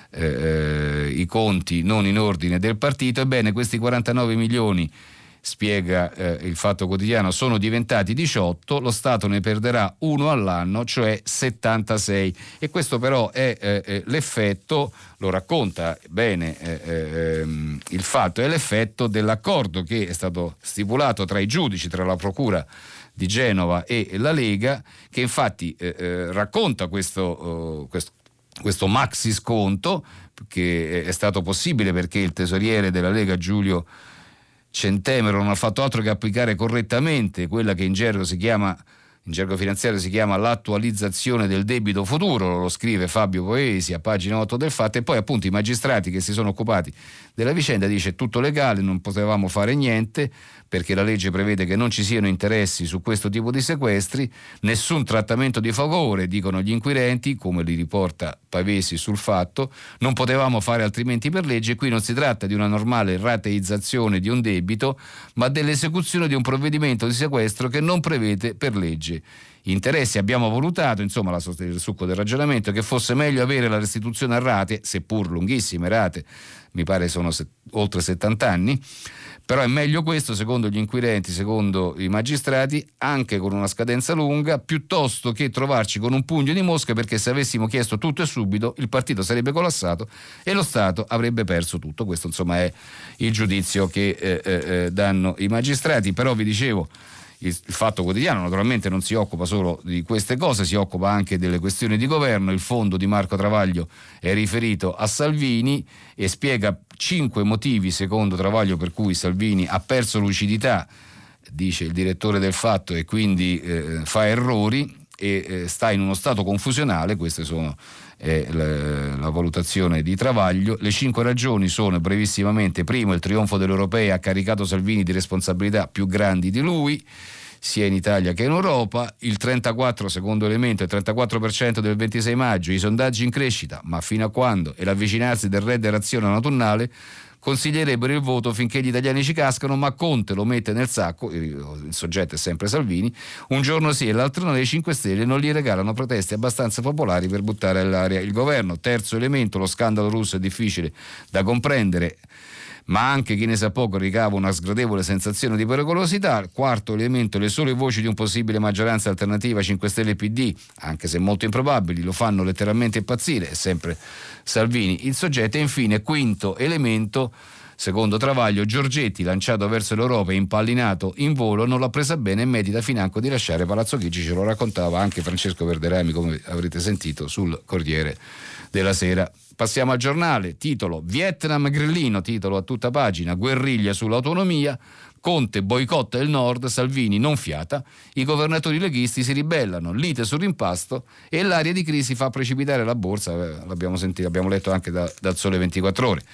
eh, i conti non in ordine del partito. Ebbene, questi quarantanove milioni, spiega eh, il Fatto Quotidiano, sono diventati diciotto, lo Stato ne perderà uno all'anno, cioè settantasei, e questo però è eh, l'effetto, lo racconta bene eh, eh, il Fatto, è l'effetto dell'accordo che è stato stipulato tra i giudici, tra la Procura di Genova e la Lega, che infatti eh, eh, racconta questo, uh, questo, questo maxi sconto che è stato possibile perché il tesoriere della Lega Giulio Centemero non ha fatto altro che applicare correttamente quella che in gergo si chiama, in gergo finanziario si chiama l'attualizzazione del debito futuro, lo scrive Fabio Poesi a pagina otto del Fatto, e poi appunto i magistrati che si sono occupati della vicenda dice tutto legale, non potevamo fare niente perché la legge prevede che non ci siano interessi su questo tipo di sequestri, nessun trattamento di favore, dicono gli inquirenti, come li riporta Pavesi sul Fatto, non potevamo fare altrimenti per legge. Qui non si tratta di una normale rateizzazione di un debito, ma dell'esecuzione di un provvedimento di sequestro che non prevede per legge interessi. Abbiamo valutato, insomma, la, il succo del ragionamento, che fosse meglio avere la restituzione a rate, seppur lunghissime rate, mi pare sono set, oltre settanta anni, però è meglio questo secondo gli inquirenti, secondo i magistrati, anche con una scadenza lunga, piuttosto che trovarci con un pugno di mosche, perché se avessimo chiesto tutto e subito il partito sarebbe collassato e lo Stato avrebbe perso tutto. Questo insomma è il giudizio che eh, eh, danno i magistrati. Però vi dicevo, il Fatto Quotidiano naturalmente non si occupa solo di queste cose, si occupa anche delle questioni di governo. Il fondo di Marco Travaglio è riferito a Salvini e spiega cinque motivi, secondo Travaglio, per cui Salvini ha perso lucidità, dice il direttore del Fatto, e quindi eh, fa errori e eh, sta in uno stato confusionale. Queste sono eh, la, la valutazione di Travaglio. Le cinque ragioni sono, brevissimamente: primo, il trionfo dell'Europea ha caricato Salvini di responsabilità più grandi di lui, sia in Italia che in Europa. Il trentaquattro, secondo elemento, il trentaquattro per cento del ventisei maggio, i sondaggi in crescita, ma fino a quando? E l'avvicinarsi del re dell'azione autunnale consiglierebbero il voto finché gli italiani ci cascano, ma Conte lo mette nel sacco, il soggetto è sempre Salvini, un giorno sì e l'altro no, i cinque Stelle non gli regalano proteste abbastanza popolari per buttare all'aria il governo. Terzo elemento, lo scandalo russo è difficile da comprendere, ma anche chi ne sa poco ricava una sgradevole sensazione di pericolosità. Quarto elemento, le sole voci di un possibile maggioranza alternativa cinque Stelle e P D, anche se molto improbabili, lo fanno letteralmente impazzire, è sempre Salvini il soggetto. E infine, quinto elemento, secondo Travaglio, Giorgetti, lanciato verso l'Europa e impallinato in volo, non l'ha presa bene e medita financo di lasciare Palazzo Chigi. Ce lo raccontava anche Francesco Verderami, come avrete sentito, sul Corriere della Sera. Passiamo al giornale, titolo Vietnam grillino, titolo a tutta pagina, guerriglia sull'autonomia, Conte boicotta il nord, Salvini non fiata, i governatori leghisti si ribellano, lite sul rimpasto e l'area di crisi fa precipitare la borsa, l'abbiamo sentito, l'abbiamo letto anche da, dal Sole ventiquattro Ore.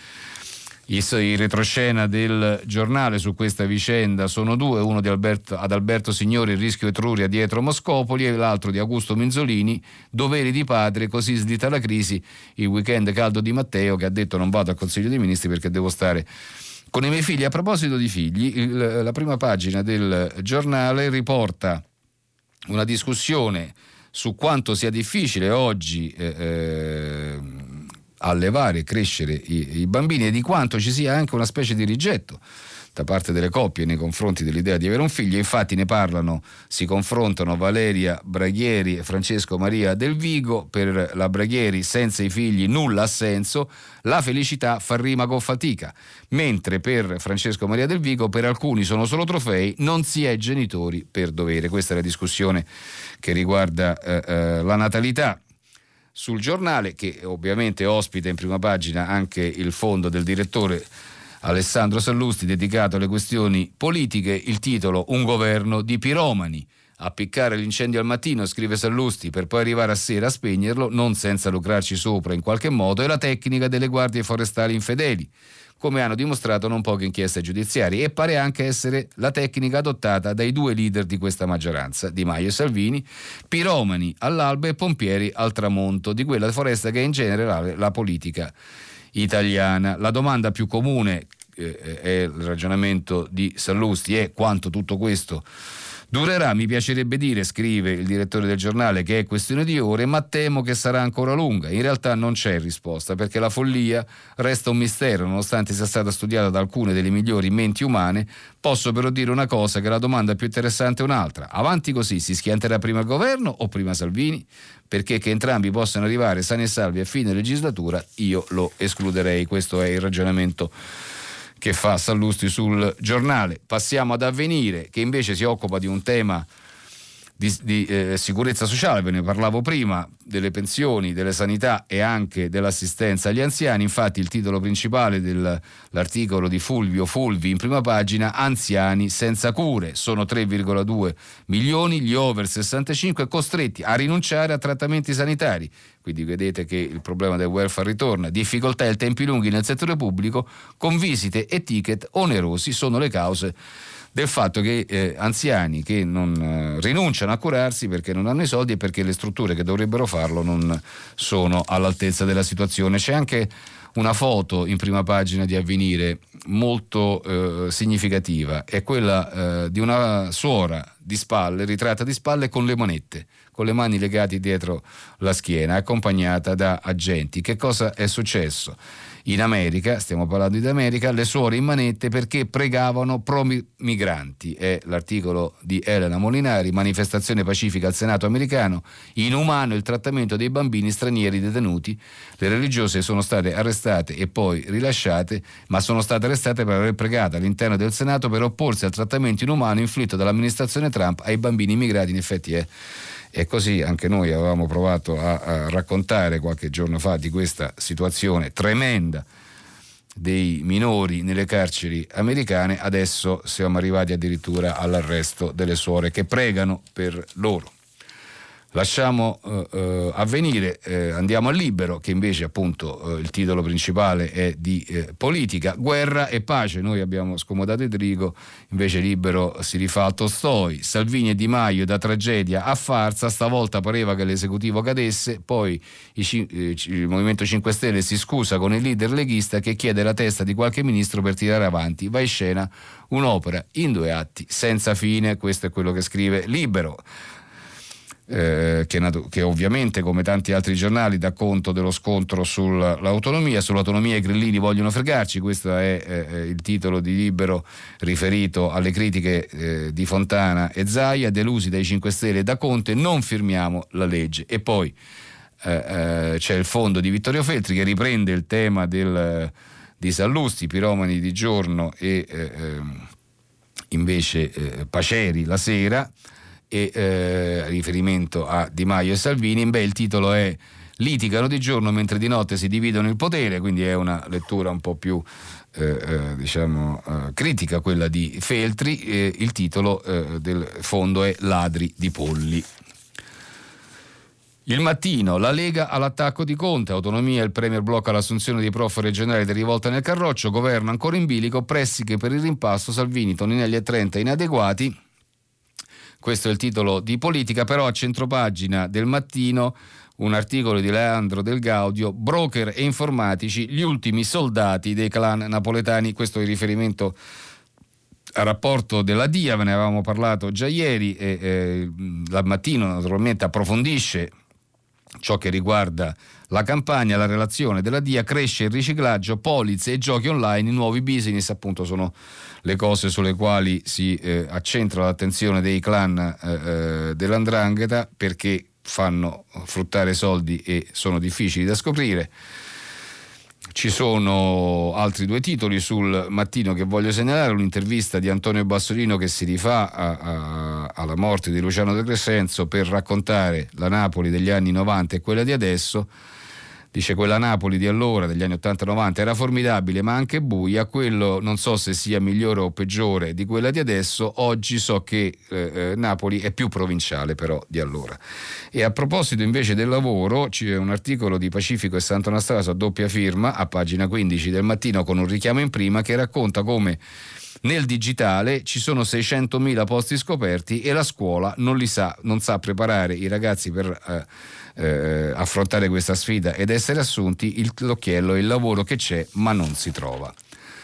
I, i retroscena del giornale su questa vicenda sono due, uno di Alberto, ad Alberto Signori, il rischio Etruria dietro Moscopoli, e l'altro di Augusto Minzolini, doveri di padre, così slitta la crisi, il weekend caldo di Matteo, che ha detto non vado al Consiglio dei Ministri perché devo stare con i miei figli. A proposito di figli, il, la prima pagina del giornale riporta una discussione su quanto sia difficile oggi eh, eh, allevare e crescere i, i bambini, e di quanto ci sia anche una specie di rigetto da parte delle coppie nei confronti dell'idea di avere un figlio. Infatti ne parlano, si confrontano Valeria Braghieri e Francesco Maria Del Vigo. Per la Braghieri senza i figli nulla ha senso, la felicità fa rima con fatica, mentre per Francesco Maria Del Vigo per alcuni sono solo trofei, non si è genitori per dovere. Questa è la discussione che riguarda eh, eh, la natalità. Sul Giornale, che ovviamente ospita in prima pagina anche il fondo del direttore Alessandro Sallusti dedicato alle questioni politiche, il titolo: un governo di piromani. Appiccare l'incendio al mattino, scrive Sallusti, per poi arrivare a sera a spegnerlo, non senza lucrarci sopra in qualche modo, è la tecnica delle guardie forestali infedeli, come hanno dimostrato non poche inchieste giudiziarie, e pare anche essere la tecnica adottata dai due leader di questa maggioranza, Di Maio e Salvini, piromani all'alba e pompieri al tramonto di quella foresta che è in generale la politica italiana. La domanda più comune, eh, è il ragionamento di Sallusti, è quanto tutto questo durerà. Mi piacerebbe dire, scrive il direttore del Giornale, che è questione di ore, ma temo che sarà ancora lunga. In realtà non c'è risposta, perché la follia resta un mistero, nonostante sia stata studiata da alcune delle migliori menti umane. Posso però dire una cosa, che la domanda più interessante è un'altra: avanti così, si schianterà prima il governo o prima Salvini? Perché che entrambi possano arrivare sani e salvi a fine legislatura io lo escluderei. Questo è il ragionamento che fa Sallusti sul Giornale. Passiamo ad Avvenire, che invece si occupa di un tema di, di eh, sicurezza sociale. Ve ne parlavo prima, delle pensioni, delle sanità e anche dell'assistenza agli anziani. Infatti il titolo principale dell'articolo di Fulvio Fulvi in prima pagina: anziani senza cure. Sono tre virgola due milioni gli over sessantacinque costretti a rinunciare a trattamenti sanitari. Quindi vedete che il problema del welfare ritorna. Difficoltà e tempi lunghi nel settore pubblico, con visite e ticket onerosi, sono le cause del fatto che eh, anziani che non eh, rinunciano a curarsi perché non hanno i soldi e perché le strutture che dovrebbero farlo non sono all'altezza della situazione. C'è anche una foto in prima pagina di Avvenire molto eh, significativa, è quella eh, di una suora di spalle, ritratta di spalle con le manette, con le mani legate dietro la schiena, accompagnata da agenti. Che cosa è successo? In America, stiamo parlando di America, le suore in manette perché pregavano pro-migranti. È l'articolo di Elena Molinari, manifestazione pacifica al Senato americano, inumano il trattamento dei bambini stranieri detenuti. Le religiose sono state arrestate e poi rilasciate, ma sono state arrestate per aver pregato all'interno del Senato per opporsi al trattamento inumano inflitto dall'amministrazione Trump ai bambini immigrati. In effetti è E così anche noi avevamo provato a, a raccontare qualche giorno fa di questa situazione tremenda dei minori nelle carceri americane. Adesso siamo arrivati addirittura all'arresto delle suore che pregano per loro. Lasciamo eh, eh, Avvenire, eh, andiamo a Libero, che invece appunto eh, il titolo principale è di eh, politica, guerra e pace. Noi abbiamo scomodato Edrigo, invece Libero si rifà a Tolstoi. Salvini e Di Maio da tragedia a farsa, stavolta pareva che l'esecutivo cadesse, poi i, eh, il Movimento cinque Stelle si scusa con il leader leghista che chiede la testa di qualche ministro per tirare avanti. Va in scena un'opera in due atti senza fine. Questo è quello che scrive Libero. Eh, che, che ovviamente, come tanti altri giornali, dà conto dello scontro sull'autonomia. Sull'autonomia i grillini vogliono fregarci. Questo è eh, il titolo di Libero riferito alle critiche eh, di Fontana e Zaia, delusi dai cinque Stelle e da Conte, non firmiamo la legge. E poi eh, eh, c'è il fondo di Vittorio Feltri che riprende il tema del, di Sallusti, piromani di giorno e eh, invece eh, Paceri la sera, e eh, riferimento a Di Maio e Salvini. Beh, il titolo è litigano di giorno mentre di notte si dividono il potere, quindi è una lettura un po' più eh, eh, diciamo eh, critica quella di Feltri. Eh, il titolo eh, del fondo è ladri di polli. Il Mattino, la Lega all'attacco di Conte, autonomia, il Premier blocca l'assunzione dei prof regionali di rivolta nel Carroccio, governo ancora in bilico, pressiche per il rimpasto, Salvini, Toninelli e Trenta inadeguati. Questo è il titolo di politica. Però a centropagina del Mattino un articolo di Leandro Del Gaudio, broker e informatici, gli ultimi soldati dei clan napoletani. Questo è il riferimento al rapporto della D I A, ve ne avevamo parlato già ieri, e eh, la Mattino naturalmente approfondisce ciò che riguarda la campagna, la relazione della D I A, cresce il riciclaggio, polizze e giochi online, i nuovi business, appunto sono le cose sulle quali si eh, accentra l'attenzione dei clan eh, eh, dell'Andrangheta, perché fanno fruttare soldi e sono difficili da scoprire. Ci sono altri due titoli sul Mattino che voglio segnalare: un'intervista di Antonio Bassolino che si rifà a, a, alla morte di Luciano De Crescenzo per raccontare la Napoli degli anni novanta e quella di adesso. Dice: quella Napoli di allora, degli anni ottanta novanta, era formidabile ma anche buia, quello non so se sia migliore o peggiore di quella di adesso, oggi so che eh, Napoli è più provinciale però di allora. E a proposito invece del lavoro, c'è un articolo di Pacifico e Sant'Anastasio a doppia firma, a pagina quindici del Mattino, con un richiamo in prima, che racconta come nel digitale ci sono seicentomila posti scoperti e la scuola non li sa, non sa preparare i ragazzi per eh, eh, affrontare questa sfida ed essere assunti. Il, l'occhiello è il lavoro che c'è ma non si trova.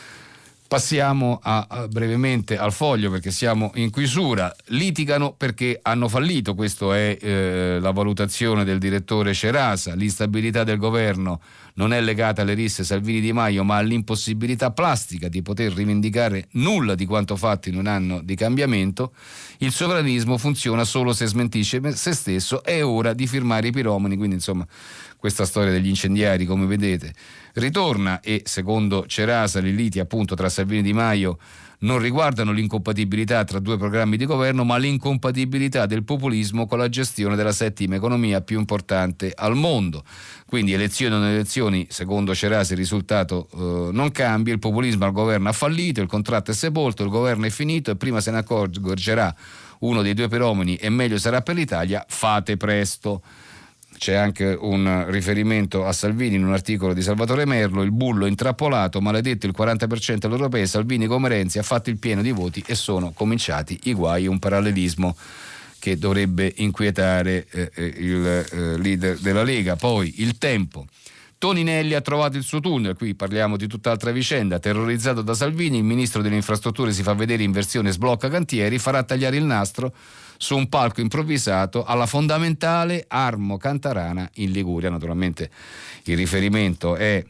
Passiamo a, a, brevemente al Foglio, perché siamo in chiusura. Litigano perché hanno fallito, questa è eh, la valutazione del direttore Cerasa. L'instabilità del governo non è legata alle risse Salvini-Di Maio, ma all'impossibilità plastica di poter rivendicare nulla di quanto fatto in un anno di cambiamento. Il sovranismo funziona solo se smentisce se stesso, è ora di firmare i piromani. Quindi insomma questa storia degli incendiari, come vedete, ritorna, e secondo Cerasa le liti appunto tra Salvini e Di Maio non riguardano l'incompatibilità tra due programmi di governo, ma l'incompatibilità del populismo con la gestione della settima economia più importante al mondo. Quindi elezioni o non elezioni, secondo Cerasa il risultato eh, non cambia, il populismo al governo ha fallito, il contratto è sepolto, il governo è finito e prima se ne accorgerà uno dei due piromani e meglio sarà per l'Italia, fate presto. C'è anche un riferimento a Salvini in un articolo di Salvatore Merlo: il bullo intrappolato, maledetto il quaranta per cento all'Europea, Salvini come Renzi ha fatto il pieno di voti e sono cominciati i guai, un parallelismo che dovrebbe inquietare eh, il eh, leader della Lega. Poi Il Tempo: Toninelli ha trovato il suo tunnel, qui parliamo di tutt'altra vicenda. Terrorizzato da Salvini, il ministro delle infrastrutture si fa vedere in versione sblocca cantieri, farà tagliare il nastro su un palco improvvisato alla fondamentale Armo Cantarana in Liguria. Naturalmente il riferimento è,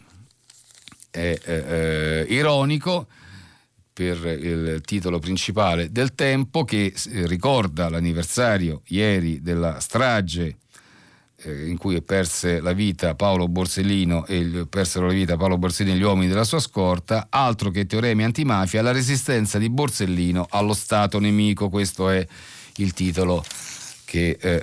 è, è, è ironico per il titolo principale del Tempo, che ricorda l'anniversario ieri della strage eh, in cui perse la vita Paolo Borsellino e persero la vita Paolo Borsellino e gli uomini della sua scorta. Altro che teoremi antimafia, la resistenza di Borsellino allo Stato nemico. Questo è il titolo che, eh,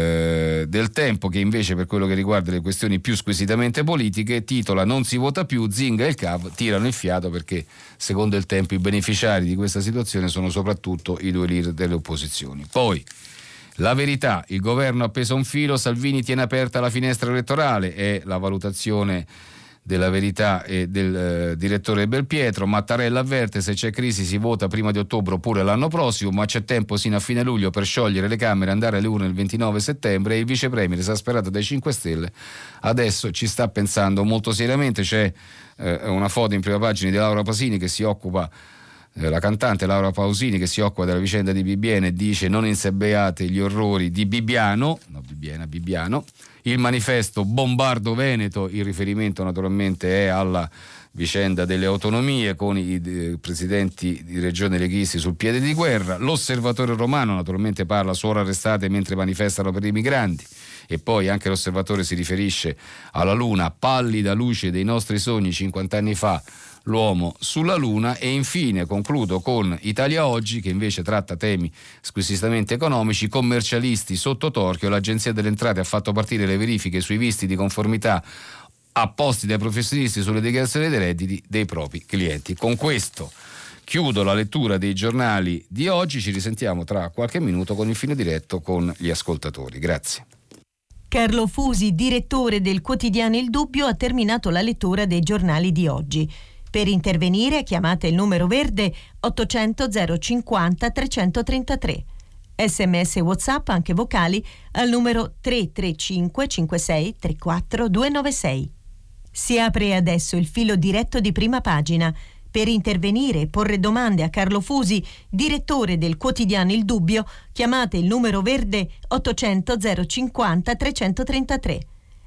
eh, del Tempo, che invece per quello che riguarda le questioni più squisitamente politiche titola: non si vota più, Zinga e il C A V tirano il fiato, perché secondo il Tempo i beneficiari di questa situazione sono soprattutto i due leader delle opposizioni. Poi La Verità: il governo ha appeso un filo, Salvini tiene aperta la finestra elettorale, è la valutazione della Verità e del eh, direttore Belpietro. Mattarella avverte: se c'è crisi si vota prima di ottobre oppure l'anno prossimo, ma c'è tempo sino a fine luglio per sciogliere le Camere e andare alle urne il ventinove settembre. E il vice premier, esasperato dai cinque Stelle, adesso ci sta pensando molto seriamente. C'è eh, una foto in prima pagina di Laura Pasini che si occupa eh, la cantante Laura Pausini che si occupa della vicenda di Bibbiena e dice: non insabbiate gli orrori di Bibbiano, no Bibbiena, Bibbiano. Il Manifesto: bombardo Veneto, il riferimento naturalmente è alla vicenda delle autonomie con i eh, presidenti di regione leghisti sul piede di guerra. L'Osservatore Romano naturalmente parla: suore arrestate mentre manifestano per i migranti. E poi anche l'Osservatore si riferisce alla Luna: pallida luce dei nostri sogni, cinquanta anni fa l'uomo sulla Luna. E infine concludo con Italia Oggi, che invece tratta temi squisitamente economici: commercialisti sotto torchio, l'Agenzia delle Entrate ha fatto partire le verifiche sui visti di conformità apposti dai professionisti sulle dichiarazioni dei redditi dei propri clienti. Con questo chiudo la lettura dei giornali di oggi, ci risentiamo tra qualche minuto con il filo diretto con gli ascoltatori. Grazie. Carlo Fusi, direttore del quotidiano Il Dubbio, ha terminato la lettura dei giornali di oggi. Per intervenire chiamate il numero verde ottocento zero cinquanta trecentotrentatré. Sms e WhatsApp anche vocali al numero tre tre cinque cinque sei tre quattro due nove sei. Si apre adesso il filo diretto di Prima Pagina. Per intervenire e porre domande a Carlo Fusi, direttore del quotidiano Il Dubbio, chiamate il numero verde ottocento zero cinquanta trecentotrentatré.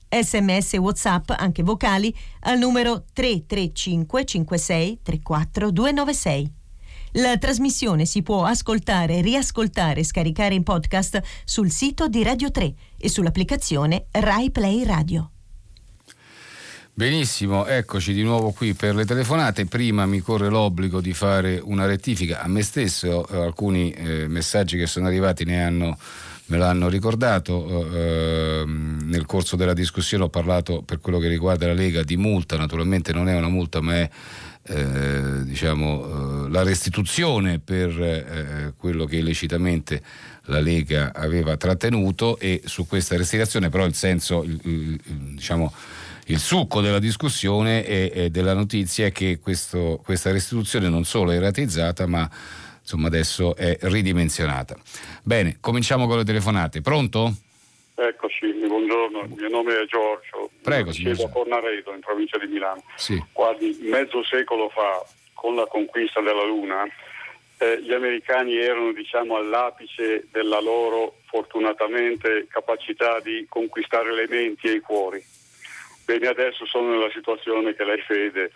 Sms e WhatsApp, anche vocali, al numero tre tre cinque cinque sei tre quattro due nove sei. La trasmissione si può ascoltare, riascoltare e scaricare in podcast sul sito di Radio tre e sull'applicazione Rai Play Radio. Benissimo, eccoci di nuovo qui per le telefonate. Prima mi corre l'obbligo di fare una rettifica a me stesso, alcuni eh, messaggi che sono arrivati ne hanno, me l'hanno ricordato. Eh, nel corso della discussione ho parlato, per quello che riguarda la Lega, di multa. Naturalmente non è una multa, ma è Eh, diciamo eh, la restituzione per eh, quello che illecitamente la Lega aveva trattenuto, e su questa restituzione però il senso, il, il, diciamo il succo della discussione e, e della notizia è che questo, questa restituzione non solo è rateizzata, ma insomma adesso è ridimensionata. Bene, cominciamo con le telefonate. Pronto? Eccoci, buongiorno, il mio nome è Giorgio. Prego, signor. Siedo a Cornaredo, in provincia di Milano. Sì. Guardi, mezzo secolo fa, con la conquista della Luna, eh, gli americani erano, diciamo, all'apice della loro, fortunatamente, capacità di conquistare le menti e i cuori. Bene, adesso sono nella situazione che lei vede,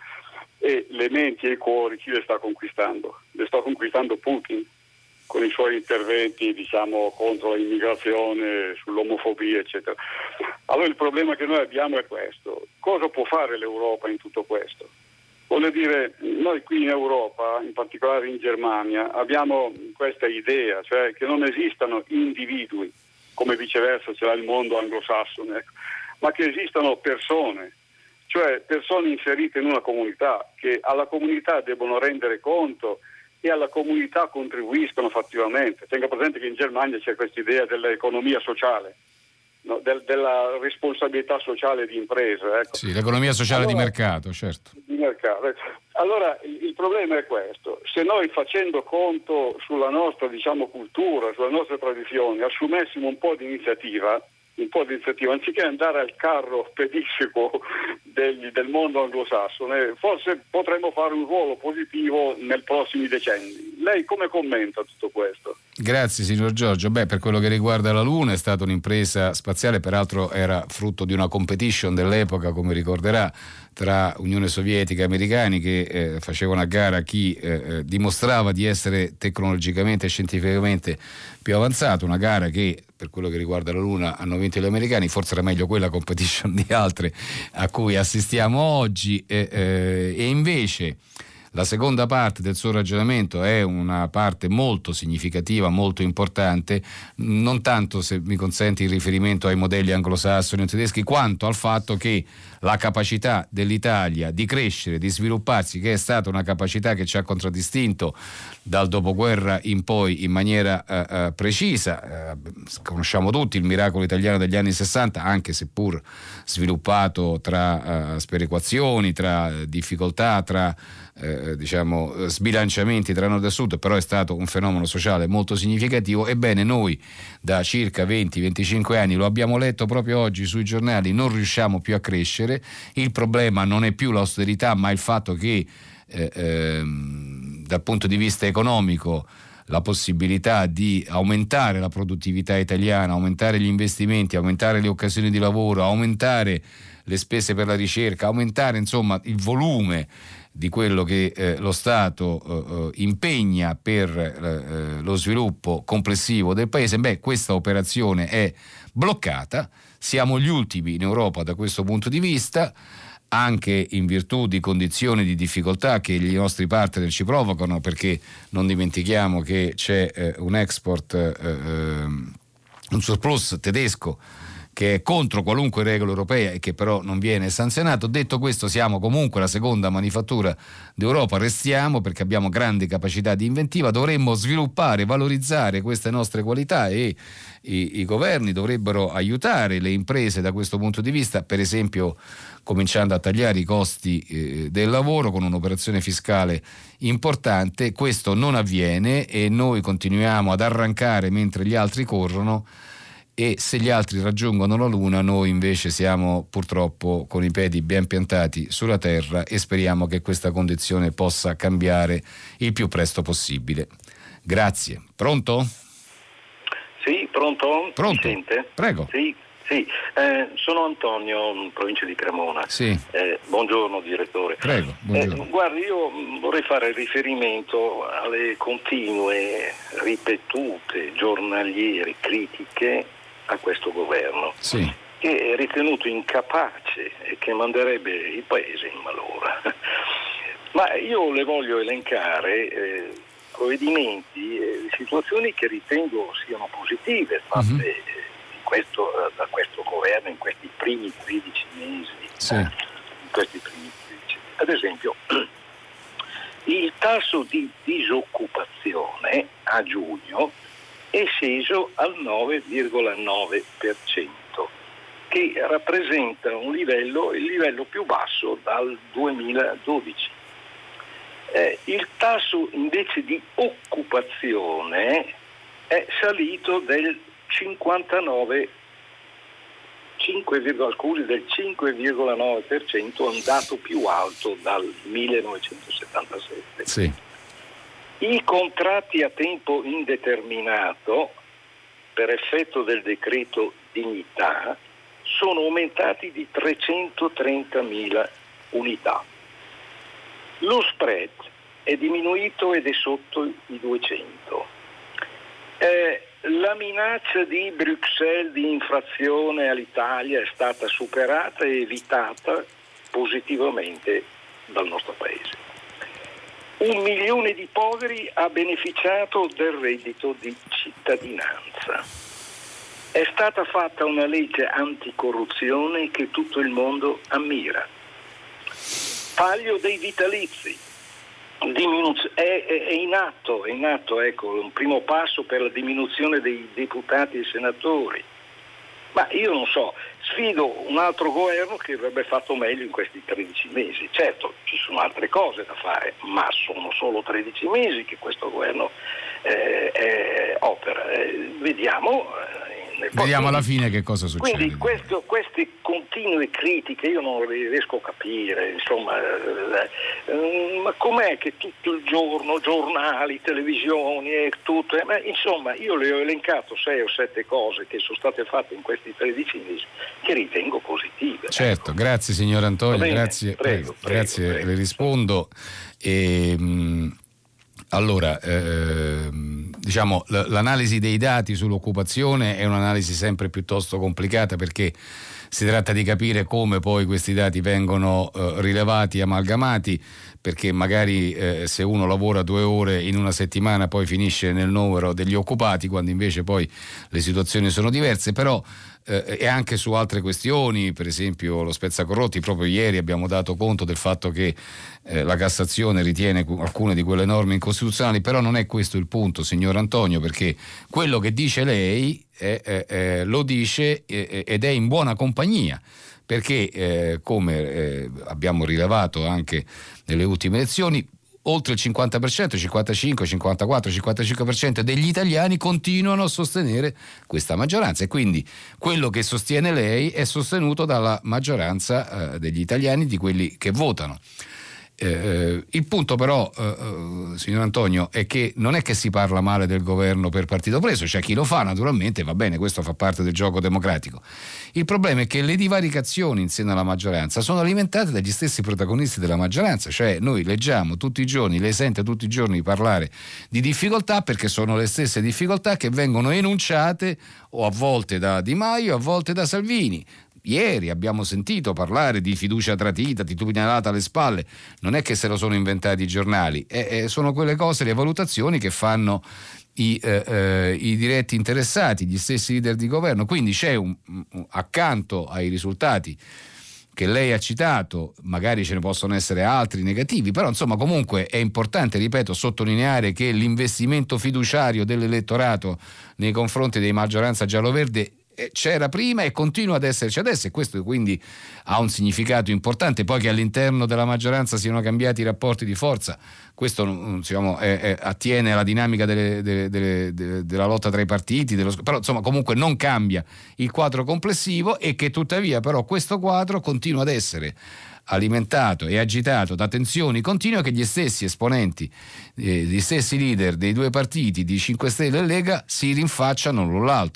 e le menti e i cuori chi le sta conquistando? Le sta conquistando Putin, con i suoi interventi, diciamo, contro l'immigrazione, sull'omofobia, eccetera. Allora il problema che noi abbiamo è questo: cosa può fare l'Europa in tutto questo? Voglio dire, noi qui in Europa, in particolare in Germania, abbiamo questa idea, cioè che non esistano individui, come viceversa ce l'ha il mondo anglosassone, ecco, ma che esistano persone, cioè persone inserite in una comunità, che alla comunità debbono rendere conto e alla comunità contribuiscono fattivamente. Tenga presente che in Germania c'è questa idea dell'economia sociale, no? Del, della responsabilità sociale di impresa. Ecco. Sì, l'economia sociale allora, di mercato, certo. Di mercato. Allora il, il problema è questo: se noi, facendo conto sulla nostra, diciamo, cultura, sulla nostra tradizione, assumessimo un po' di iniziativa, un po' di iniziativa, anziché andare al carro pedissequo degli, del mondo anglosassone, forse potremmo fare un ruolo positivo nei prossimi decenni. Lei come commenta tutto questo? Grazie signor Giorgio. Beh, per quello che riguarda la Luna, è stata un'impresa spaziale, peraltro era frutto di una competition dell'epoca, come ricorderà, tra Unione Sovietica e americani, che eh, facevano a gara chi eh, dimostrava di essere tecnologicamente e scientificamente più avanzato. Una gara che, per quello che riguarda la Luna, hanno vinto gli americani. Forse era meglio quella competition di altre a cui assistiamo oggi, e, eh, e invece la seconda parte del suo ragionamento è una parte molto significativa, molto importante, non tanto, se mi consenti, il riferimento ai modelli anglosassoni o tedeschi, quanto al fatto che la capacità dell'Italia di crescere, di svilupparsi, che è stata una capacità che ci ha contraddistinto dal dopoguerra in poi in maniera uh, uh, precisa. Uh, conosciamo tutti il miracolo italiano degli anni sessanta, anche seppur sviluppato tra uh, sperequazioni, tra uh, difficoltà, tra Eh, diciamo sbilanciamenti tra nord e sud, però è stato un fenomeno sociale molto significativo. Ebbene, noi da circa venti venticinque anni, lo abbiamo letto proprio oggi sui giornali, non riusciamo più a crescere. Il problema non è più l'austerità, ma il fatto che eh, ehm, dal punto di vista economico la possibilità di aumentare la produttività italiana, aumentare gli investimenti, aumentare le occasioni di lavoro, aumentare le spese per la ricerca, aumentare insomma il volume di quello che eh, lo Stato eh, impegna per eh, lo sviluppo complessivo del paese, beh, questa operazione è bloccata. Siamo gli ultimi in Europa da questo punto di vista, anche in virtù di condizioni di difficoltà che i nostri partner ci provocano, perché non dimentichiamo che c'è eh, un export, eh, eh, un surplus tedesco che è contro qualunque regola europea e che però non viene sanzionato. Detto questo, siamo comunque la seconda manifattura d'Europa, restiamo perché abbiamo grandi capacità di inventiva, dovremmo sviluppare, valorizzare queste nostre qualità e i, i governi dovrebbero aiutare le imprese da questo punto di vista, per esempio cominciando a tagliare i costi eh, del lavoro con un'operazione fiscale importante. Questo non avviene e noi continuiamo ad arrancare mentre gli altri corrono, e se gli altri raggiungono la Luna noi invece siamo purtroppo con i piedi ben piantati sulla terra, e speriamo che questa condizione possa cambiare il più presto possibile. Grazie. Pronto? Sì, pronto? Pronto? Mi sente? Prego. Sì, Sì, eh, sono Antonio, provincia di Cremona. Sì. Eh, buongiorno direttore. Prego, buongiorno. Eh, guardi, io vorrei fare riferimento alle continue, ripetute, giornaliere critiche a questo governo, sì. che è ritenuto incapace e che manderebbe il paese in malora. Ma io le voglio elencare eh, provvedimenti e eh, situazioni che ritengo siano positive fatte mm-hmm. eh, questo, da questo governo in questi primi tredici mesi. Sì. In questi primi tredici. Ad esempio, il tasso di disoccupazione a giugno è sceso al nove virgola nove per cento, che rappresenta un livello, il livello più basso dal duemiladodici. Eh, il tasso invece di occupazione è salito del cinquantanove cinque, scusi, del cinque virgola nove per cento, un dato più alto dal millenovecentosettantasette. Sì. I contratti a tempo indeterminato, per effetto del decreto dignità, sono aumentati di trecentotrentamila unità. Lo spread è diminuito ed è sotto i duecento. Eh, la minaccia di Bruxelles di infrazione all'Italia è stata superata e evitata positivamente dal nostro Paese. Un milione di poveri ha beneficiato del reddito di cittadinanza. È stata fatta una legge anticorruzione che tutto il mondo ammira. Taglio dei vitalizi. Diminuz- è, è, è in atto, è in atto ecco, un primo passo per la diminuzione dei deputati e senatori. Ma io non so, sfido un altro governo che avrebbe fatto meglio in questi tredici mesi. Certo, ci sono altre cose da fare, ma sono solo tredici mesi che questo governo eh, eh, opera. Eh, vediamo. Eh, Vediamo alla fine che cosa succede. Quindi questo, queste continue critiche io non le riesco a capire, insomma, eh, ma com'è che tutto il giorno, giornali, televisioni e tutto, eh, ma insomma io le ho elencato sei o sette cose che sono state fatte in questi tredici mesi che ritengo positive. Certo, ecco. Grazie signor Antonio, grazie, prego, prego, grazie, prego, le rispondo. E, mh, allora, ehm, diciamo, l- l'analisi dei dati sull'occupazione è un'analisi sempre piuttosto complicata, perché si tratta di capire come poi questi dati vengono eh, rilevati, amalgamati, perché magari eh, se uno lavora due ore in una settimana poi finisce nel numero degli occupati, quando invece poi le situazioni sono diverse. Però eh, e anche su altre questioni, per esempio lo spezzacorrotti, proprio ieri abbiamo dato conto del fatto che eh, la Cassazione ritiene alcune di quelle norme incostituzionali, però non è questo il punto, signor Antonio, perché quello che dice lei eh, eh, eh, lo dice eh, ed è in buona compagnia, perché eh, come eh, abbiamo rilevato anche nelle ultime elezioni, oltre il cinquanta per cento, cinquantacinque, cinquantaquattro, cinquantacinque per cento degli italiani continuano a sostenere questa maggioranza, e quindi quello che sostiene lei è sostenuto dalla maggioranza eh, degli italiani, di quelli che votano. Eh, il punto però, eh, signor Antonio, è che non è che si parla male del governo per partito preso, c'è chi lo fa naturalmente, va bene, questo fa parte del gioco democratico. Il problema è che le divaricazioni in seno alla maggioranza sono alimentate dagli stessi protagonisti della maggioranza, cioè noi leggiamo tutti i giorni, lei sente tutti i giorni parlare di difficoltà, perché sono le stesse difficoltà che vengono enunciate o a volte da Di Maio, a volte da Salvini. Ieri abbiamo sentito parlare di fiducia tradita, di pugnalata alle spalle, non è che se lo sono inventati i giornali, eh, eh, sono quelle cose, le valutazioni che fanno i, eh, eh, i diretti interessati, gli stessi leader di governo. Quindi c'è un, un, accanto ai risultati che lei ha citato, magari ce ne possono essere altri negativi, però insomma comunque è importante, ripeto, sottolineare che l'investimento fiduciario dell'elettorato nei confronti dei maggioranza gialloverde c'era prima e continua ad esserci adesso, e questo quindi ha un significato importante. Poi che all'interno della maggioranza siano cambiati i rapporti di forza, questo diciamo, è, è, attiene alla dinamica delle, delle, delle, delle, della lotta tra i partiti, dello, però insomma comunque non cambia il quadro complessivo, e che tuttavia però questo quadro continua ad essere alimentato e agitato da tensioni continue che gli stessi esponenti, eh, gli stessi leader dei due partiti di cinque Stelle e Lega si rinfacciano l'un l'altro,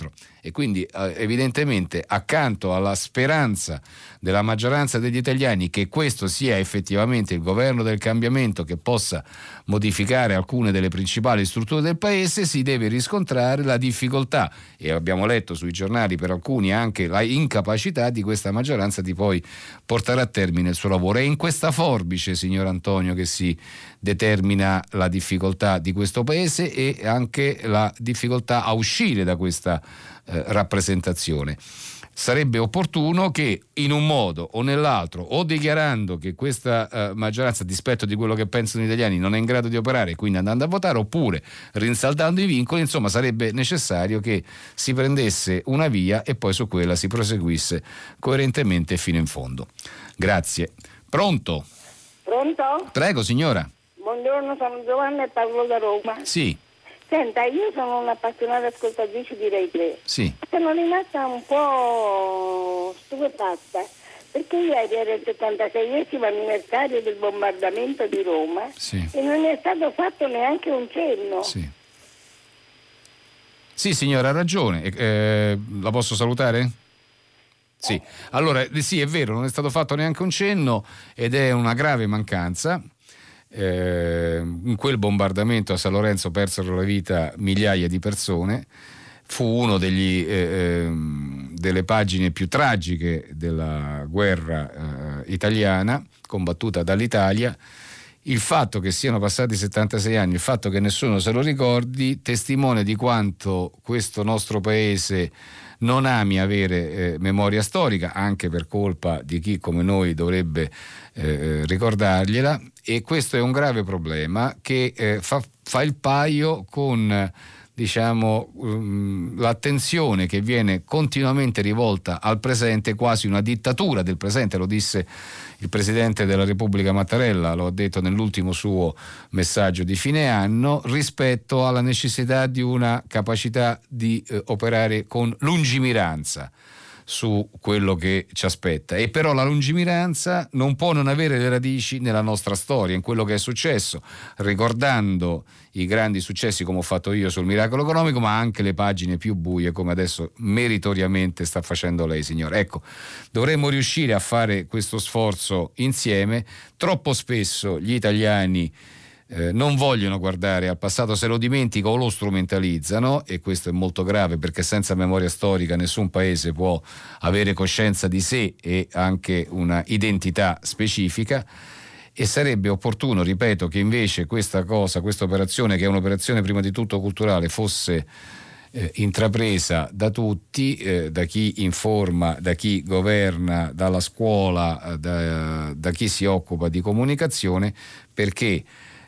e quindi eh, evidentemente accanto alla speranza della maggioranza degli italiani che questo sia effettivamente il governo del cambiamento che possa modificare alcune delle principali strutture del paese, si deve riscontrare la difficoltà, e abbiamo letto sui giornali per alcuni anche la incapacità di questa maggioranza di poi portare a termine il suo lavoro. È in questa forbice, signor Antonio, che si determina la difficoltà di questo paese e anche la difficoltà a uscire da questa eh, rappresentazione. Sarebbe opportuno che in un modo o nell'altro, o dichiarando che questa eh, maggioranza, a dispetto di quello che pensano gli italiani, non è in grado di operare, quindi andando a votare, oppure rinsaldando i vincoli, insomma sarebbe necessario che si prendesse una via e poi su quella si proseguisse coerentemente fino in fondo. Grazie. Pronto? Pronto? Prego, signora. Buongiorno, sono Giovanna e parlo da Roma. Sì. Senta, io sono un'appassionata ascoltatrice di Rai tre. Sì. Sono rimasta un po' stupefatta perché ieri era il settantaseiesimo anniversario del bombardamento di Roma, sì, e non è stato fatto neanche un cenno. Sì. Sì, signora, ha ragione. Eh, la posso salutare? Sì. Allora, sì, è vero, non è stato fatto neanche un cenno ed è una grave mancanza. Eh, in quel bombardamento a San Lorenzo persero la vita migliaia di persone, fu uno degli, eh, delle pagine più tragiche della guerra eh, italiana combattuta dall'Italia. Il fatto che siano passati settantasei anni, il fatto che nessuno se lo ricordi, testimonia di quanto questo nostro paese non ami avere eh, memoria storica, anche per colpa di chi come noi dovrebbe eh, ricordargliela, e questo è un grave problema che eh, fa, fa il paio con diciamo um, l'attenzione che viene continuamente rivolta al presente, quasi una dittatura del presente, lo disse il Presidente della Repubblica Mattarella, lo ha detto nell'ultimo suo messaggio di fine anno, rispetto alla necessità di una capacità di eh, operare con lungimiranza su quello che ci aspetta. E però la lungimiranza non può non avere le radici nella nostra storia, in quello che è successo, ricordando i grandi successi come ho fatto io sul miracolo economico, ma anche le pagine più buie come adesso meritoriamente sta facendo lei, signore. Ecco, dovremmo riuscire a fare questo sforzo insieme. Troppo spesso gli italiani Eh, non vogliono guardare al passato, se lo dimenticano o lo strumentalizzano, e questo è molto grave perché senza memoria storica nessun paese può avere coscienza di sé e anche una identità specifica. E sarebbe opportuno, ripeto, che invece questa cosa, questa operazione, che è un'operazione prima di tutto culturale, fosse eh, intrapresa da tutti, eh, da chi informa, da chi governa, dalla scuola, da, da chi si occupa di comunicazione, perché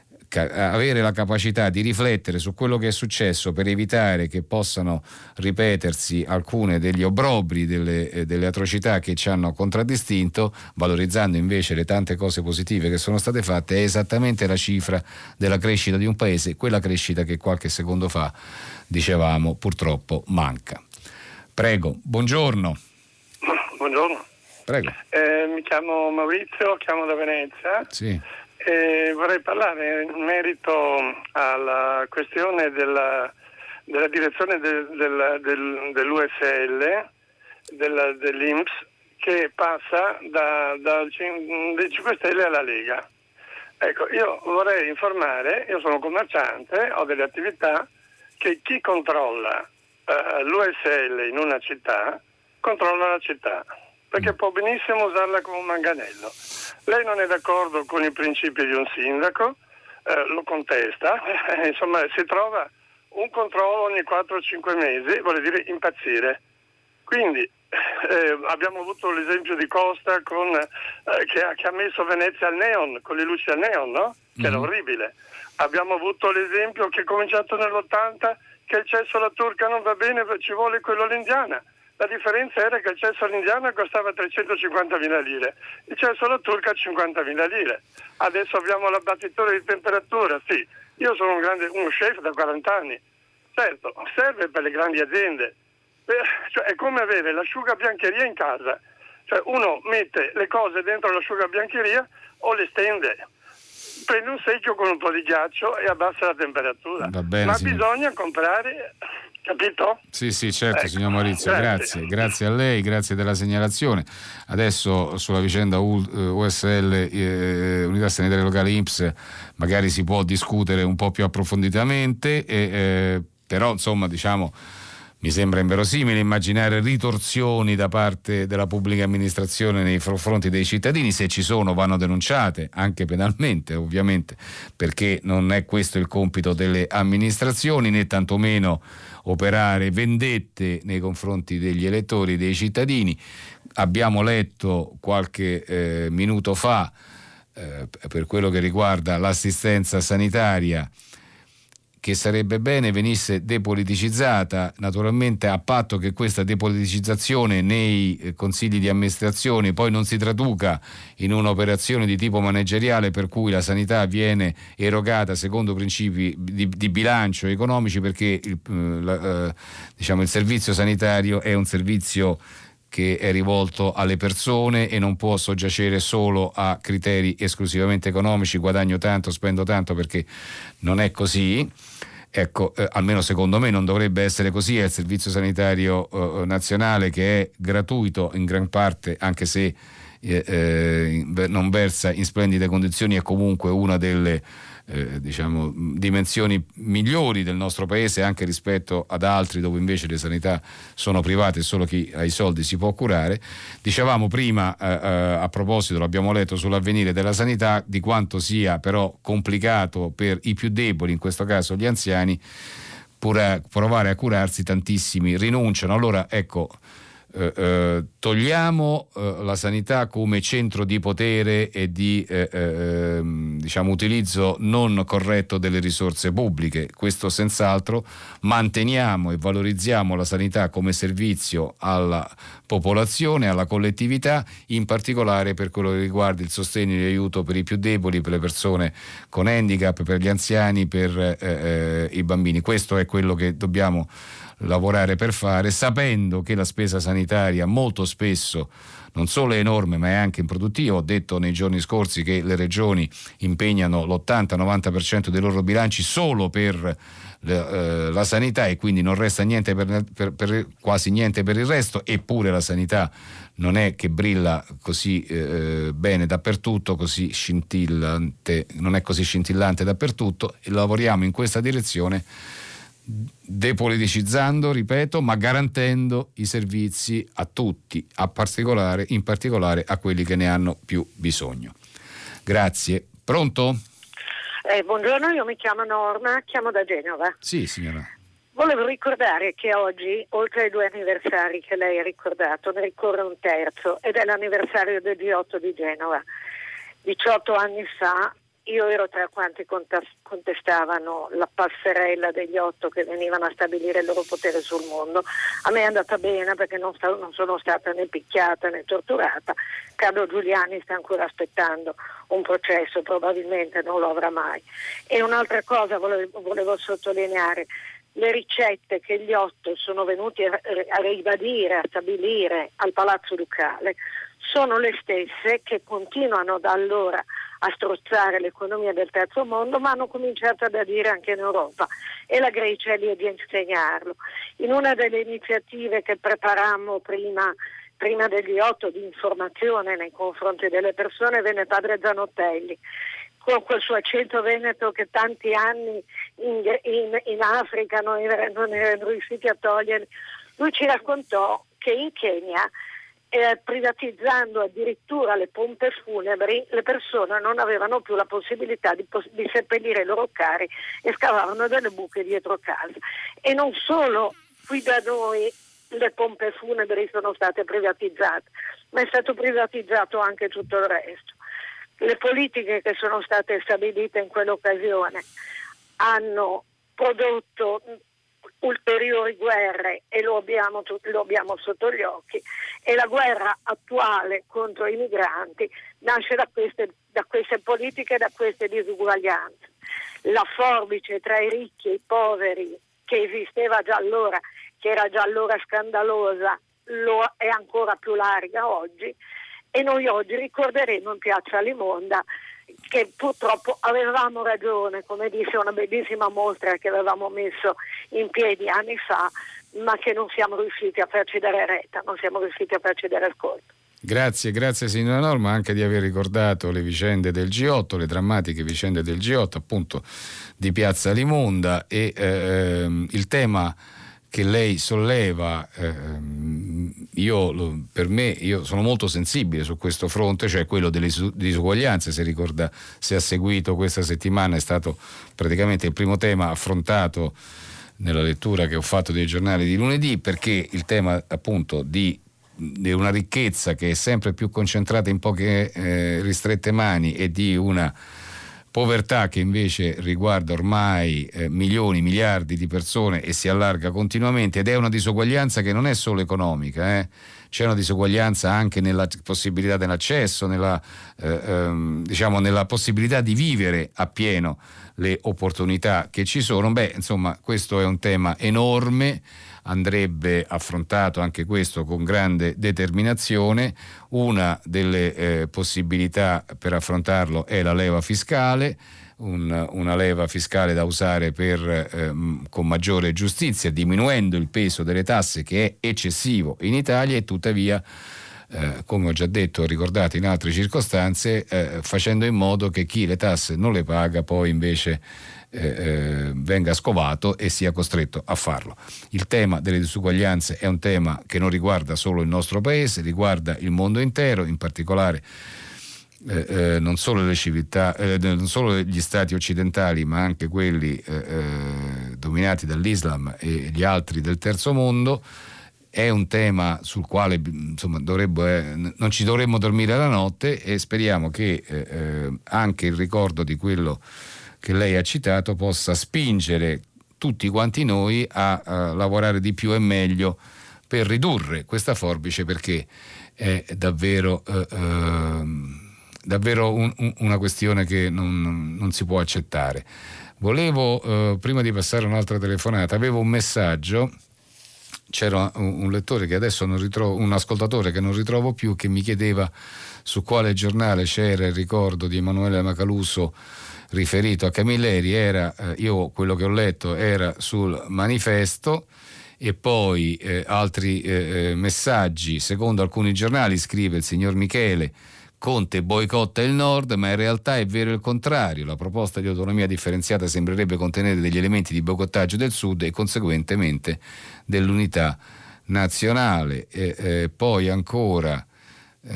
avere la capacità di riflettere su quello che è successo per evitare che possano ripetersi alcune degli obbrobri, delle, eh, delle atrocità che ci hanno contraddistinto, valorizzando invece le tante cose positive che sono state fatte, è esattamente la cifra della crescita di un paese, quella crescita che qualche secondo fa dicevamo purtroppo manca. Prego, buongiorno. Buongiorno. Prego. Eh, mi chiamo Maurizio, chiamo da Venezia. Sì. Eh, vorrei parlare in merito alla questione della, della direzione del, del, del, dell'U S L, della, dell'I N P S, che passa da, da, dai cinque Stelle alla Lega. Ecco, io vorrei informare, io sono commerciante, ho delle attività, che chi controlla eh, l'U S L in una città, controlla la città, perché può benissimo usarla come un manganello. Lei non è d'accordo con i principi di un sindaco, eh, lo contesta, eh, insomma si trova un controllo ogni quattro cinque mesi, vuol dire impazzire. Quindi eh, abbiamo avuto l'esempio di Costa con, eh, che, ha, che ha messo Venezia al neon, con le luci al neon, no? Che era orribile. Abbiamo avuto l'esempio che è cominciato nell'ottanta, che il cesso alla turca non va bene, ci vuole quello all'indiana. La differenza era che il cesso all'indiana costava trecentocinquantamila lire, il cesso alla turca cinquantamila lire. Adesso abbiamo l'abbattitore di temperatura, sì. Io sono un grande uno chef da quaranta anni. Certo, serve per le grandi aziende. Cioè, è come avere l'asciugabiancheria in casa. Cioè, uno mette le cose dentro l'asciugabiancheria o le stende. Prende un secchio con un po' di ghiaccio e abbassa la temperatura. Va bene, Ma signor. bisogna comprare Capito? Sì, sì, certo, ecco. Signor Maurizio, grazie. grazie, grazie a lei, grazie della segnalazione. Adesso sulla vicenda U S L, eh, Unità Sanitaria Locale I N P S, magari si può discutere un po' più approfonditamente, e, eh, però insomma diciamo mi sembra inverosimile immaginare ritorsioni da parte della pubblica amministrazione nei confronti dei cittadini. Se ci sono, vanno denunciate, anche penalmente ovviamente, perché non è questo il compito delle amministrazioni, né tantomeno operare vendette nei confronti degli elettori, dei cittadini. Abbiamo letto qualche eh, minuto fa, eh, per quello che riguarda l'assistenza sanitaria, che sarebbe bene venisse depoliticizzata, naturalmente a patto che questa depoliticizzazione nei consigli di amministrazione poi non si traduca in un'operazione di tipo manageriale per cui la sanità viene erogata secondo principi di, di bilancio economici, perché il, la, diciamo, il servizio sanitario è un servizio che è rivolto alle persone e non può soggiacere solo a criteri esclusivamente economici, guadagno tanto, spendo tanto, perché non è così. Ecco, eh, almeno secondo me non dovrebbe essere così. È il servizio sanitario eh, nazionale, che è gratuito in gran parte, anche se eh, eh, non versa in splendide condizioni, è comunque una delle eh, diciamo dimensioni migliori del nostro paese, anche rispetto ad altri dove invece le sanità sono private e solo chi ha i soldi si può curare. Dicevamo prima eh, eh, a proposito, l'abbiamo letto sull'Avvenire, della sanità, di quanto sia però complicato per i più deboli, in questo caso gli anziani, pure provare a curarsi. Tantissimi rinunciano. Allora ecco, Eh, eh, togliamo eh, la sanità come centro di potere e di eh, eh, diciamo utilizzo non corretto delle risorse pubbliche, questo senz'altro. Manteniamo e valorizziamo la sanità come servizio alla popolazione, alla collettività, in particolare per quello che riguarda il sostegno e l'aiuto per i più deboli, per le persone con handicap, per gli anziani, per eh, eh, i bambini. Questo è quello che dobbiamo lavorare per fare, sapendo che la spesa sanitaria molto spesso non solo è enorme ma è anche improduttiva. Ho detto nei giorni scorsi che le regioni impegnano l'ottanta novanta per cento dei loro bilanci solo per eh, la sanità, e quindi non resta niente per, per, per quasi niente per il resto. Eppure la sanità non è che brilla così eh, bene dappertutto, così scintillante, non è così scintillante dappertutto, e lavoriamo in questa direzione, depoliticizzando, ripeto, ma garantendo i servizi a tutti, a particolare, in particolare a quelli che ne hanno più bisogno. Grazie. Pronto? Eh, buongiorno, io mi chiamo Norma, chiamo da Genova. Sì, signora. Volevo ricordare che oggi, oltre ai due anniversari che lei ha ricordato, ne ricorre un terzo, ed è l'anniversario del G otto di Genova. diciotto anni fa io ero tra quanti contestavano la passerella degli otto che venivano a stabilire il loro potere sul mondo. A me è andata bene, perché non, sta, non sono stata né picchiata né torturata. Carlo Giuliani sta ancora aspettando un processo, probabilmente non lo avrà mai. E un'altra cosa volevo, volevo sottolineare: le ricette che gli otto sono venuti a, a ribadire, a stabilire al Palazzo Ducale, sono le stesse che continuano da allora a strozzare l'economia del terzo mondo, ma hanno cominciato ad adire anche in Europa, e la Grecia è lì di insegnarlo. In una delle iniziative che preparammo prima, prima degli otto di informazione nei confronti delle persone, venne padre Zanottelli, con quel suo accento veneto che tanti anni in, in, in Africa non erano, non erano riusciti a togliere. Lui ci raccontò che in Kenya, Eh, privatizzando addirittura le pompe funebri, le persone non avevano più la possibilità di, pos- di seppellire i loro cari e scavavano delle buche dietro casa. E non solo qui da noi le pompe funebri sono state privatizzate, ma è stato privatizzato anche tutto il resto. Le politiche che sono state stabilite in quell'occasione hanno prodotto ulteriori guerre, e lo abbiamo, lo abbiamo sotto gli occhi, e la guerra attuale contro i migranti nasce da queste, da queste politiche, da queste disuguaglianze. La forbice tra i ricchi e i poveri, che esisteva già allora, che era già allora scandalosa, lo è ancora più larga oggi, e noi oggi ricorderemo in Piazza Limonda che purtroppo avevamo ragione, come disse una bellissima mostra che avevamo messo in piedi anni fa, ma che non siamo riusciti a farci dare retta, non siamo riusciti a farci dare ascolto. Grazie, grazie signora Norma anche di aver ricordato le vicende del G otto, le drammatiche vicende del G otto, appunto di Piazza Limonda, e ehm, il tema che lei solleva, ehm, io per me io sono molto sensibile su questo fronte, cioè quello delle disuguaglianze. Se ricorda, se ha seguito questa settimana, è stato praticamente il primo tema affrontato nella lettura che ho fatto dei giornali di lunedì, perché il tema appunto di di una ricchezza che è sempre più concentrata in poche eh, ristrette mani e di una povertà che invece riguarda ormai eh, milioni, miliardi di persone e si allarga continuamente, ed è una disuguaglianza che non è solo economica, eh. C'è una disuguaglianza anche nella possibilità dell'accesso, nella, eh, ehm, diciamo nella possibilità di vivere appieno le opportunità che ci sono. Beh, insomma, questo è un tema enorme, andrebbe affrontato anche questo con grande determinazione. Una delle eh, possibilità per affrontarlo è la leva fiscale, un, una leva fiscale da usare per, eh, con maggiore giustizia, diminuendo il peso delle tasse, che è eccessivo in Italia, e tuttavia Eh, come ho già detto, ricordato in altre circostanze, eh, facendo in modo che chi le tasse non le paga poi invece eh, eh, venga scovato e sia costretto a farlo. Il tema delle disuguaglianze è un tema che non riguarda solo il nostro paese, riguarda il mondo intero, in particolare eh, eh, non solo le civiltà, eh, non solo gli stati occidentali, ma anche quelli eh, eh, dominati dall'Islam e gli altri del terzo mondo. È un tema sul quale insomma dovrebbe, eh, non ci dovremmo dormire la notte, e speriamo che eh, anche il ricordo di quello che lei ha citato possa spingere tutti quanti noi a, a lavorare di più e meglio per ridurre questa forbice, perché è davvero, eh, eh, davvero un, un, una questione che non, non si può accettare. Volevo, eh, prima di passare un'altra telefonata, avevo un messaggio. C'era un lettore che adesso non ritrovo, un ascoltatore che non ritrovo più, che mi chiedeva su quale giornale c'era il ricordo di Emanuele Macaluso riferito a Camilleri. Era, eh, io quello che ho letto era sul Manifesto, e poi eh, altri eh, messaggi. Secondo alcuni giornali, scrive il signor Michele, Conte boicotta il nord, ma in realtà è vero il contrario. La proposta di autonomia differenziata sembrerebbe contenere degli elementi di boicottaggio del sud e conseguentemente dell'unità nazionale. E, eh, poi ancora eh,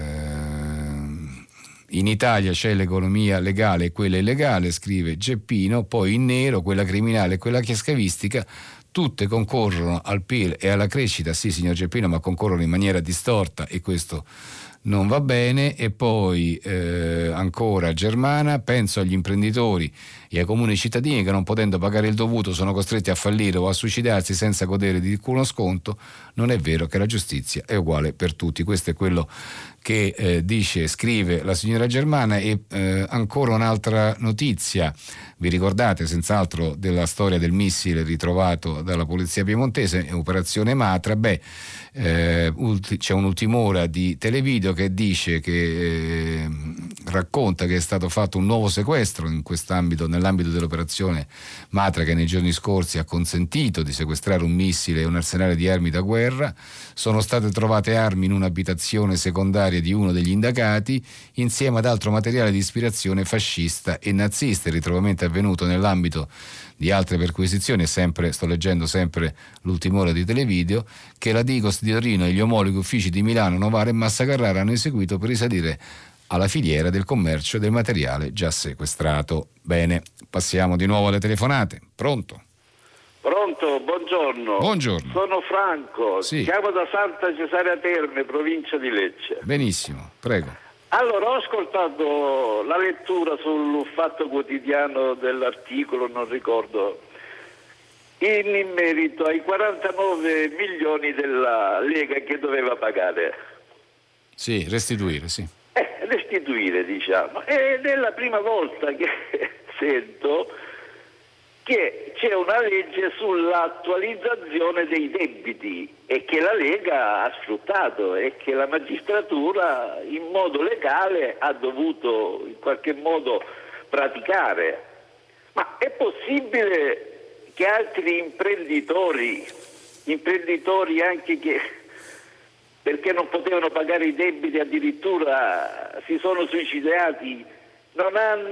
in Italia c'è l'economia legale e quella illegale, scrive Geppino, poi in nero quella criminale e quella schiavistica, tutte concorrono al P I L e alla crescita. Sì, signor Geppino, ma concorrono in maniera distorta e questo non va bene. E poi eh, ancora Germana, penso agli imprenditori e ai comuni cittadini che, non potendo pagare il dovuto, sono costretti a fallire o a suicidarsi senza godere di alcuno sconto. Non è vero che la giustizia è uguale per tutti. Questo è quello che eh, dice, scrive la signora Germana. E eh, ancora un'altra notizia, vi ricordate senz'altro della storia del missile ritrovato dalla polizia piemontese, operazione Matra. Beh, eh, ulti- c'è un'ultima ora di televideo che dice che eh, racconta che è stato fatto un nuovo sequestro in quest'ambito, nell'ambito dell'operazione Matra, che nei giorni scorsi ha consentito di sequestrare un missile e un arsenale di armi da guerra. Sono state trovate armi in un'abitazione secondaria di uno degli indagati, insieme ad altro materiale di ispirazione fascista e nazista. Il ritrovamento è avvenuto nell'ambito di altre perquisizioni, e sempre, sto leggendo sempre l'ultima ora di televideo, che la Digos di Torino e gli omologhi uffici di Milano, Novara e Massa Carrara hanno eseguito per risalire alla filiera del commercio del materiale già sequestrato. Bene, passiamo di nuovo alle telefonate. Pronto? Pronto, buongiorno. Buongiorno. Sono Franco, sì. Chiamo da Santa Cesarea Terme, provincia di Lecce. Benissimo, prego. Allora, ho ascoltato la lettura sul Fatto Quotidiano dell'articolo, non ricordo, in, in merito ai quarantanove milioni della Lega che doveva pagare. Sì, restituire, sì. Eh, restituire, diciamo. Ed è la prima volta che sento che c'è una legge sull'attualizzazione dei debiti e che la Lega ha sfruttato e che la magistratura in modo legale ha dovuto in qualche modo praticare. Ma è possibile che altri imprenditori, imprenditori anche che perché non potevano pagare i debiti addirittura si sono suicidati, non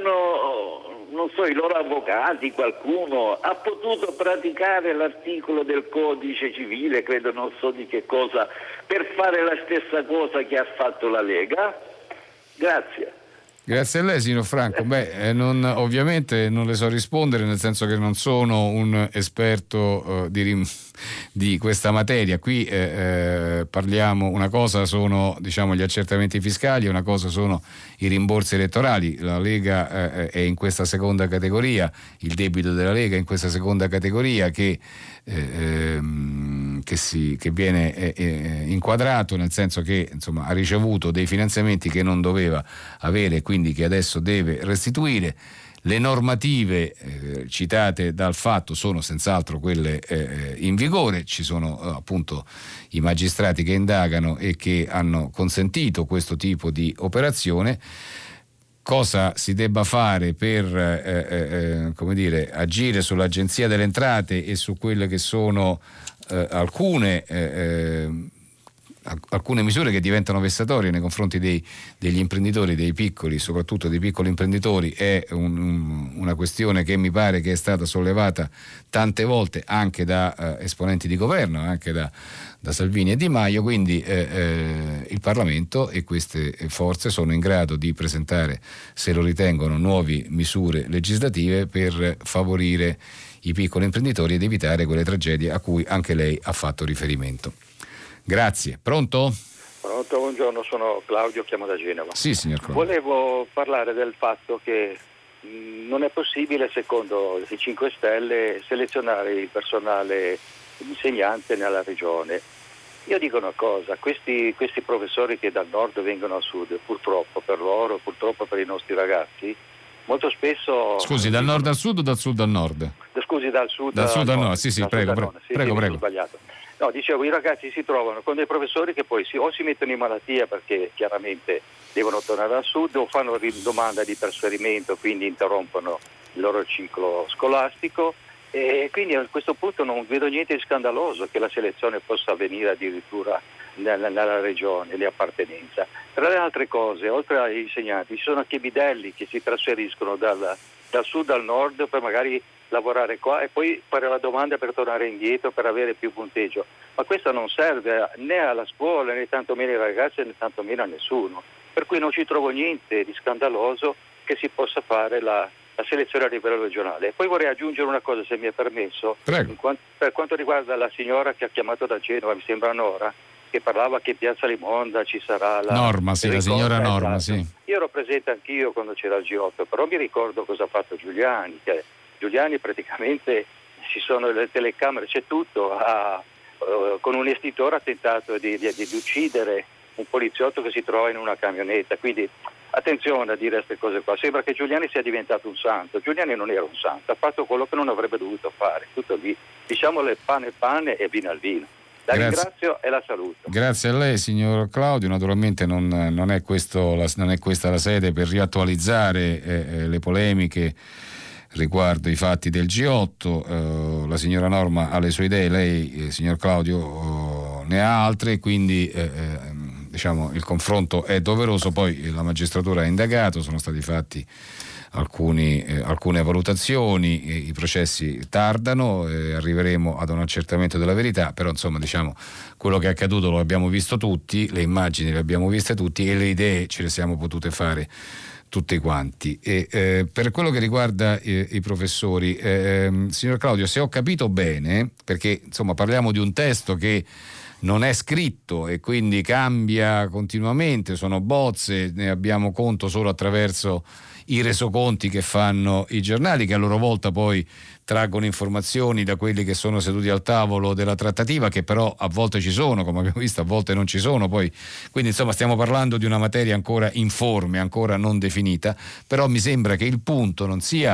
hanno, non so, i loro avvocati, qualcuno ha potuto praticare l'articolo del codice civile, credo, non so di che cosa, per fare la stessa cosa che ha fatto la Lega? Grazie. Grazie a lei, signor Franco. Beh, eh, non, ovviamente non le so rispondere, nel senso che non sono un esperto eh, di, rim- di questa materia. Qui eh, eh, parliamo, una cosa sono, diciamo, gli accertamenti fiscali, una cosa sono i rimborsi elettorali. La Lega eh, è in questa seconda categoria, il debito della Lega è in questa seconda categoria che Eh, ehm, che, si, che viene eh, eh, inquadrato, nel senso che insomma ha ricevuto dei finanziamenti che non doveva avere, quindi che adesso deve restituire. Le normative eh, citate dal fatto sono senz'altro quelle eh, in vigore, ci sono eh, appunto i magistrati che indagano e che hanno consentito questo tipo di operazione. Cosa si debba fare per eh, eh, come dire, agire sull'Agenzia delle Entrate e su quelle che sono eh, alcune eh, alcune misure che diventano vessatorie nei confronti dei, degli imprenditori, dei piccoli, soprattutto dei piccoli imprenditori, è un, un, una questione che mi pare che è stata sollevata tante volte anche da eh, esponenti di governo, anche da, da Salvini e Di Maio, quindi eh, eh, il Parlamento e queste forze sono in grado di presentare, se lo ritengono, nuove misure legislative per favorire i piccoli imprenditori ed evitare quelle tragedie a cui anche lei ha fatto riferimento. Grazie. Pronto? Pronto, buongiorno, sono Claudio, chiamo da Genova. Sì, signor Claudio. Volevo parlare del fatto che mh, non è possibile, secondo i cinque Stelle, selezionare il personale insegnante nella regione. Io dico una cosa, questi, questi professori che dal nord vengono al sud, purtroppo per loro, purtroppo per i nostri ragazzi, molto spesso... Scusi, dal nord al sud o dal sud al nord? Scusi, dal sud, dal sud al nord, nord. Sì, sì, dal prego, sud prego, nord. Sì, prego, sì, prego. Ho sbagliato. No, dicevo, i ragazzi si trovano con dei professori che poi si, o si mettono in malattia perché chiaramente devono tornare al sud, o fanno domanda di trasferimento, quindi interrompono il loro ciclo scolastico, e quindi a questo punto non vedo niente di scandaloso che la selezione possa avvenire addirittura nella, nella regione di appartenenza. Tra le altre cose, oltre agli insegnanti, ci sono anche bidelli che si trasferiscono dal, dal sud al nord per magari lavorare qua e poi fare la domanda per tornare indietro per avere più punteggio, ma questo non serve né alla scuola né tantomeno ai ragazzi né tantomeno a nessuno, per cui non ci trovo niente di scandaloso che si possa fare la, la selezione a livello regionale. E poi vorrei aggiungere una cosa, se mi è permesso. Prego. Quanto, per quanto riguarda la signora che ha chiamato da Genova, mi sembra Nora, che parlava che in Piazza Limonda ci sarà la Norma, sì, la signora Norma, esatto. sì. Io ero presente anch'io quando c'era il G otto, però mi ricordo cosa ha fatto Giuliani, che Giuliani praticamente ci sono le telecamere, c'è tutto, ha, uh, con un estintore ha tentato di, di, di uccidere un poliziotto che si trova in una camionetta, quindi attenzione a dire queste cose qua. Sembra che Giuliani sia diventato un santo. Giuliani non era un santo, ha fatto quello che non avrebbe dovuto fare, tutto lì, diciamole pane pane e vino al vino. La Grazie. ringrazio e la saluto. Grazie a lei, signor Claudio. Naturalmente non, non, è, questo, la, non è questa la sede per riattualizzare eh, le polemiche riguardo i fatti del G otto. Uh, la signora Norma ha le sue idee, lei, eh, signor Claudio, uh, ne ha altre, quindi eh, eh, diciamo il confronto è doveroso. Poi la magistratura ha indagato, sono stati fatti alcuni, eh, alcune valutazioni, eh, i processi tardano, eh, arriveremo ad un accertamento della verità, però insomma diciamo quello che è accaduto lo abbiamo visto tutti, le immagini le abbiamo viste tutti e le idee ce le siamo potute fare tutti quanti. E, eh, per quello che riguarda eh, i professori, eh, signor Claudio, se ho capito bene, perché insomma parliamo di un testo che non è scritto e quindi cambia continuamente, sono bozze, ne abbiamo conto solo attraverso i resoconti che fanno i giornali, che a loro volta poi traggono informazioni da quelli che sono seduti al tavolo della trattativa, che però a volte ci sono, come abbiamo visto, a volte non ci sono poi, quindi insomma stiamo parlando di una materia ancora informe, ancora non definita, però mi sembra che il punto non sia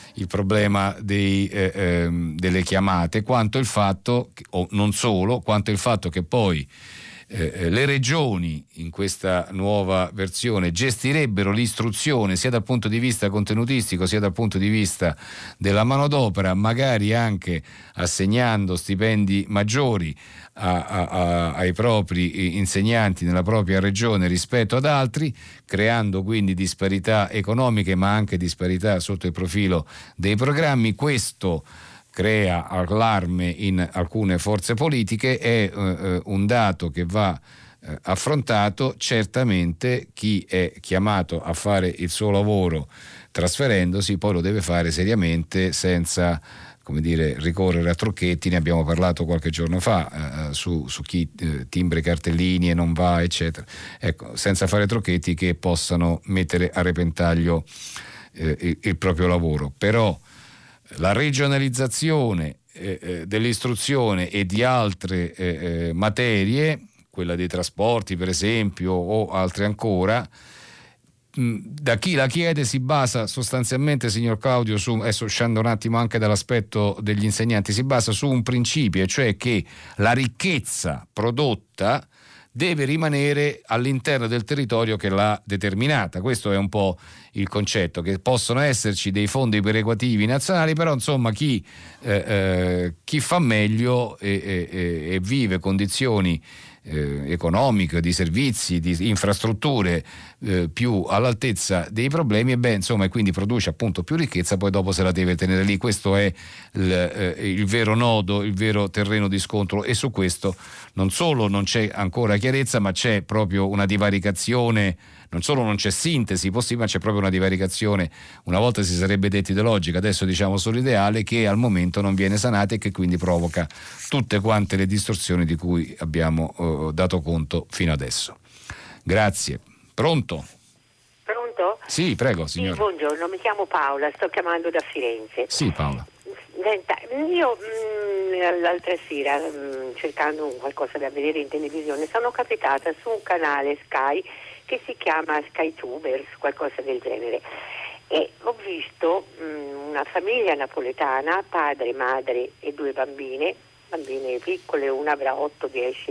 il problema dei, eh, ehm, delle chiamate, quanto il fatto, o non solo, quanto il fatto che poi Eh, le regioni in questa nuova versione gestirebbero l'istruzione sia dal punto di vista contenutistico sia dal punto di vista della manodopera, magari anche assegnando stipendi maggiori a, a, a, ai propri insegnanti nella propria regione rispetto ad altri, creando quindi disparità economiche ma anche disparità sotto il profilo dei programmi. Questo crea allarme in alcune forze politiche, è eh, un dato che va eh, affrontato. Certamente chi è chiamato a fare il suo lavoro trasferendosi poi lo deve fare seriamente, senza, come dire, ricorrere a trucchetti. Ne abbiamo parlato qualche giorno fa eh, su, su chi eh, timbra i cartellini e non va, eccetera. Ecco, senza fare trucchetti che possano mettere a repentaglio eh, il, il proprio lavoro. Però la regionalizzazione eh, dell'istruzione e di altre eh, materie, quella dei trasporti per esempio o altre ancora, mh, da chi la chiede si basa sostanzialmente, signor Claudio, su, adesso uscendo un attimo anche dall'aspetto degli insegnanti, si basa su un principio, cioè che la ricchezza prodotta deve rimanere all'interno del territorio che l'ha determinata. Questo è un po' il concetto, che possono esserci dei fondi perequativi nazionali, però insomma chi, eh, eh, chi fa meglio e, e, e vive condizioni eh, economiche, di servizi, di infrastrutture eh, più all'altezza dei problemi, e beh, insomma, e quindi produce appunto più ricchezza, poi dopo se la deve tenere lì. Questo è il, eh, il vero nodo, il vero terreno di scontro, e su questo non solo non c'è ancora chiarezza, ma c'è proprio una divaricazione. Non solo non c'è sintesi possibile, ma c'è proprio una divaricazione, una volta si sarebbe detti ideologica, adesso diciamo solo ideale, che al momento non viene sanata e che quindi provoca tutte quante le distorsioni di cui abbiamo uh, dato conto fino adesso. Grazie. Pronto? Pronto? Sì, prego signora. Sì, buongiorno, mi chiamo Paola, sto chiamando da Firenze. Sì, Paola. Io mh, l'altra sera, mh, cercando qualcosa da vedere in televisione, sono capitata su un canale Sky che si chiama SkyTubers, qualcosa del genere, e ho visto mh, una famiglia napoletana, padre, madre e due bambine, bambine piccole, una avrà otto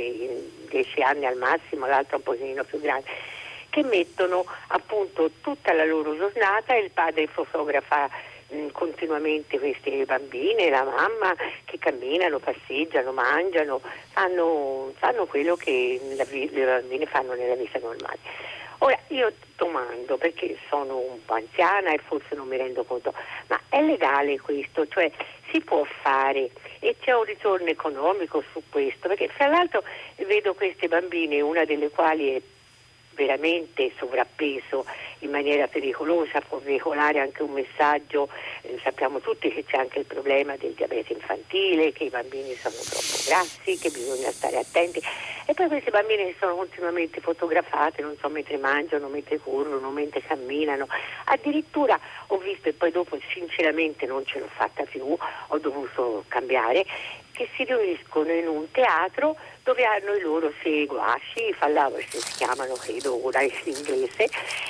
dieci anni al massimo, l'altra un pochino più grande, che mettono appunto tutta la loro giornata, e il padre fotografa mh, continuamente queste bambine, la mamma che camminano, passeggiano, mangiano, fanno, fanno quello che la, le bambine fanno nella vita normale. Ora io domando, perché sono un po' anziana e forse non mi rendo conto, ma è legale questo? Cioè si può fare e c'è un ritorno economico su questo? Perché fra l'altro vedo queste bambine, una delle quali è veramente sovrappeso in maniera pericolosa, può veicolare anche un messaggio, eh, sappiamo tutti che c'è anche il problema del diabete infantile, che i bambini sono troppo grassi, che bisogna stare attenti, e poi queste bambine sono continuamente fotografate, non so, mentre mangiano, mentre corrono, mentre camminano, addirittura ho visto, e poi dopo sinceramente non ce l'ho fatta più, ho dovuto cambiare, che si riuniscono in un teatro dove hanno i loro seguaci, i followers si chiamano, credo ora in inglese,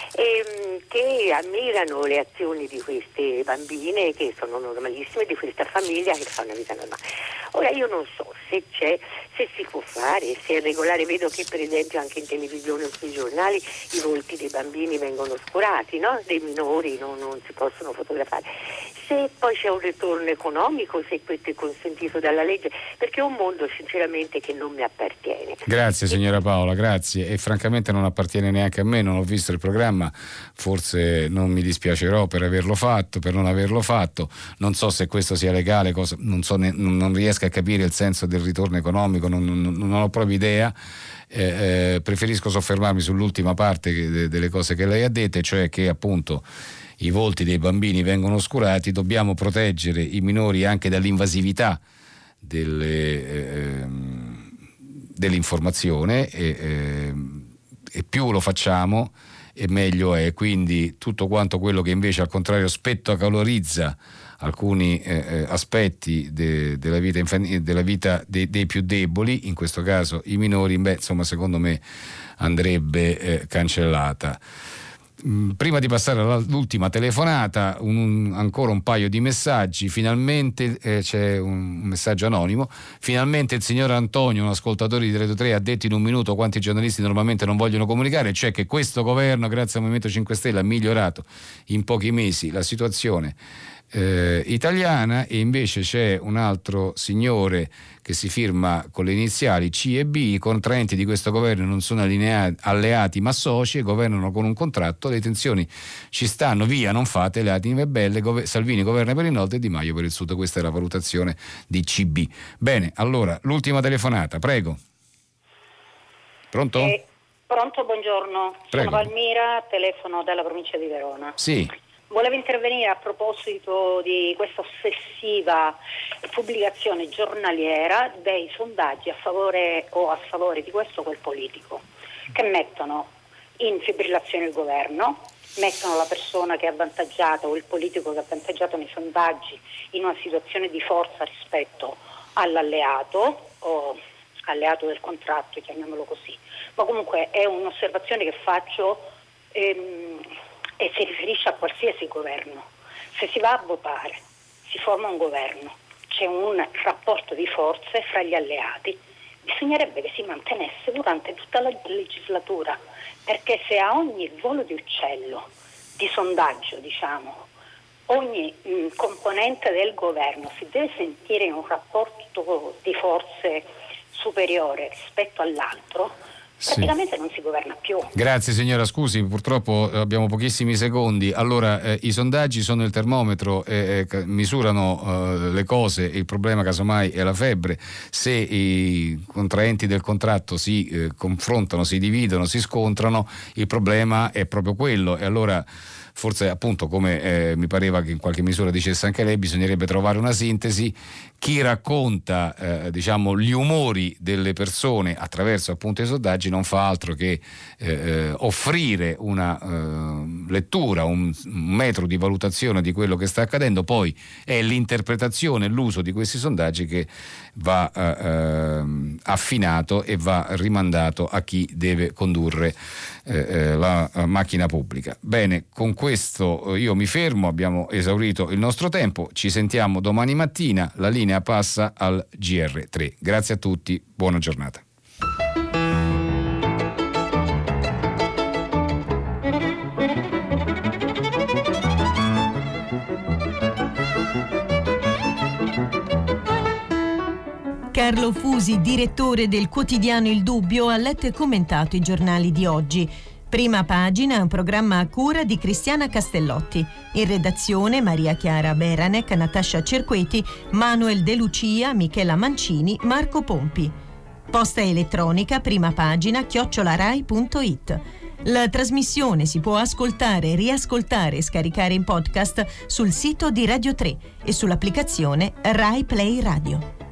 e, che ammirano le azioni di queste bambine che sono normalissime, di questa famiglia che fa una vita normale. Ora io non so se c'è, se si può fare, se è regolare. Vedo che per esempio anche in televisione o sui giornali i volti dei bambini vengono oscurati, no? Dei minori non, non si possono fotografare. Se poi c'è un ritorno economico, se questo è consentito dalla legge, perché è un mondo sinceramente che non mi appartiene. Grazie signora Paola, grazie, e francamente non appartiene neanche a me, non ho visto il programma, forse non mi dispiacerò per averlo fatto, per non averlo fatto, non so se questo sia legale, cosa, non, so ne, non riesco a capire il senso del ritorno economico, non, non, non ho proprio idea. Eh, eh, preferisco soffermarmi sull'ultima parte che, de, delle cose che lei ha dette, cioè che appunto i volti dei bambini vengono oscurati, dobbiamo proteggere i minori anche dall'invasività delle, eh, dell'informazione e, eh, e più lo facciamo e meglio è. Quindi tutto quanto quello che invece al contrario spettacolarizza alcuni eh, aspetti de, della vita, infan- della vita de, dei più deboli, in questo caso i minori, beh, insomma secondo me andrebbe eh, cancellata. Prima di passare all'ultima telefonata, un, ancora un paio di messaggi. Finalmente eh, c'è un messaggio anonimo. Finalmente il signor Antonio, un ascoltatore di Radio tre, ha detto in un minuto quanti giornalisti normalmente non vogliono comunicare, cioè che questo governo, grazie al Movimento cinque Stelle, ha migliorato in pochi mesi la situazione eh, italiana. E invece c'è un altro signore che si firma con le iniziali C e B. I contraenti di questo governo non sono allineati, alleati ma soci, e governano con un contratto. Le tensioni ci stanno, via, non fate le attive belle. Gov- Salvini governa per il nord e Di Maio per il sud. Questa è la valutazione di C B. Bene, allora l'ultima telefonata, prego. Pronto? Eh, pronto, buongiorno. Prego. Sono Valmira, telefono dalla provincia di Verona. Sì. Volevo intervenire a proposito di questa ossessiva pubblicazione giornaliera dei sondaggi a favore o a sfavore di questo o quel politico, che mettono in fibrillazione il governo, mettono la persona che è avvantaggiata o il politico che è avvantaggiato nei sondaggi in una situazione di forza rispetto all'alleato o alleato del contratto, chiamiamolo così. Ma comunque è un'osservazione che faccio ehm, e si riferisce a qualsiasi governo. Se si va a votare, si forma un governo, c'è un rapporto di forze fra gli alleati, bisognerebbe che si mantenesse durante tutta la legislatura, perché se a ogni volo di uccello, di sondaggio diciamo, ogni mh, componente del governo si deve sentire in un rapporto di forze superiore rispetto all'altro, praticamente sì, non si governa più. Grazie signora, scusi, purtroppo abbiamo pochissimi secondi. Allora, eh, i sondaggi sono il termometro, eh, eh, misurano eh, le cose, il problema casomai è la febbre. Se i contraenti del contratto si eh, confrontano, si dividono, si scontrano, il problema è proprio quello. E allora forse, appunto, come eh, mi pareva che in qualche misura dicesse anche lei, bisognerebbe trovare una sintesi. Chi racconta eh, diciamo gli umori delle persone attraverso appunto i sondaggi non fa altro che eh, offrire una eh, lettura, un, un metro di valutazione di quello che sta accadendo. Poi è l'interpretazione, l'uso di questi sondaggi che va eh, affinato e va rimandato a chi deve condurre eh, la eh, macchina pubblica. Bene, con questo io mi fermo, abbiamo esaurito il nostro tempo, ci sentiamo domani mattina, la linea passa al G R tre. Grazie a tutti, buona giornata. Carlo Fusi, direttore del quotidiano Il Dubbio, ha letto e commentato i giornali di oggi. Prima pagina, un programma a cura di Cristiana Castellotti. In redazione Maria Chiara Beranec, Natascia Cerqueti, Manuel De Lucia, Michela Mancini, Marco Pompi. Posta elettronica, prima pagina, chiocciolarai punto it. La trasmissione si può ascoltare, riascoltare e scaricare in podcast sul sito di Radio tre e sull'applicazione Rai Play Radio.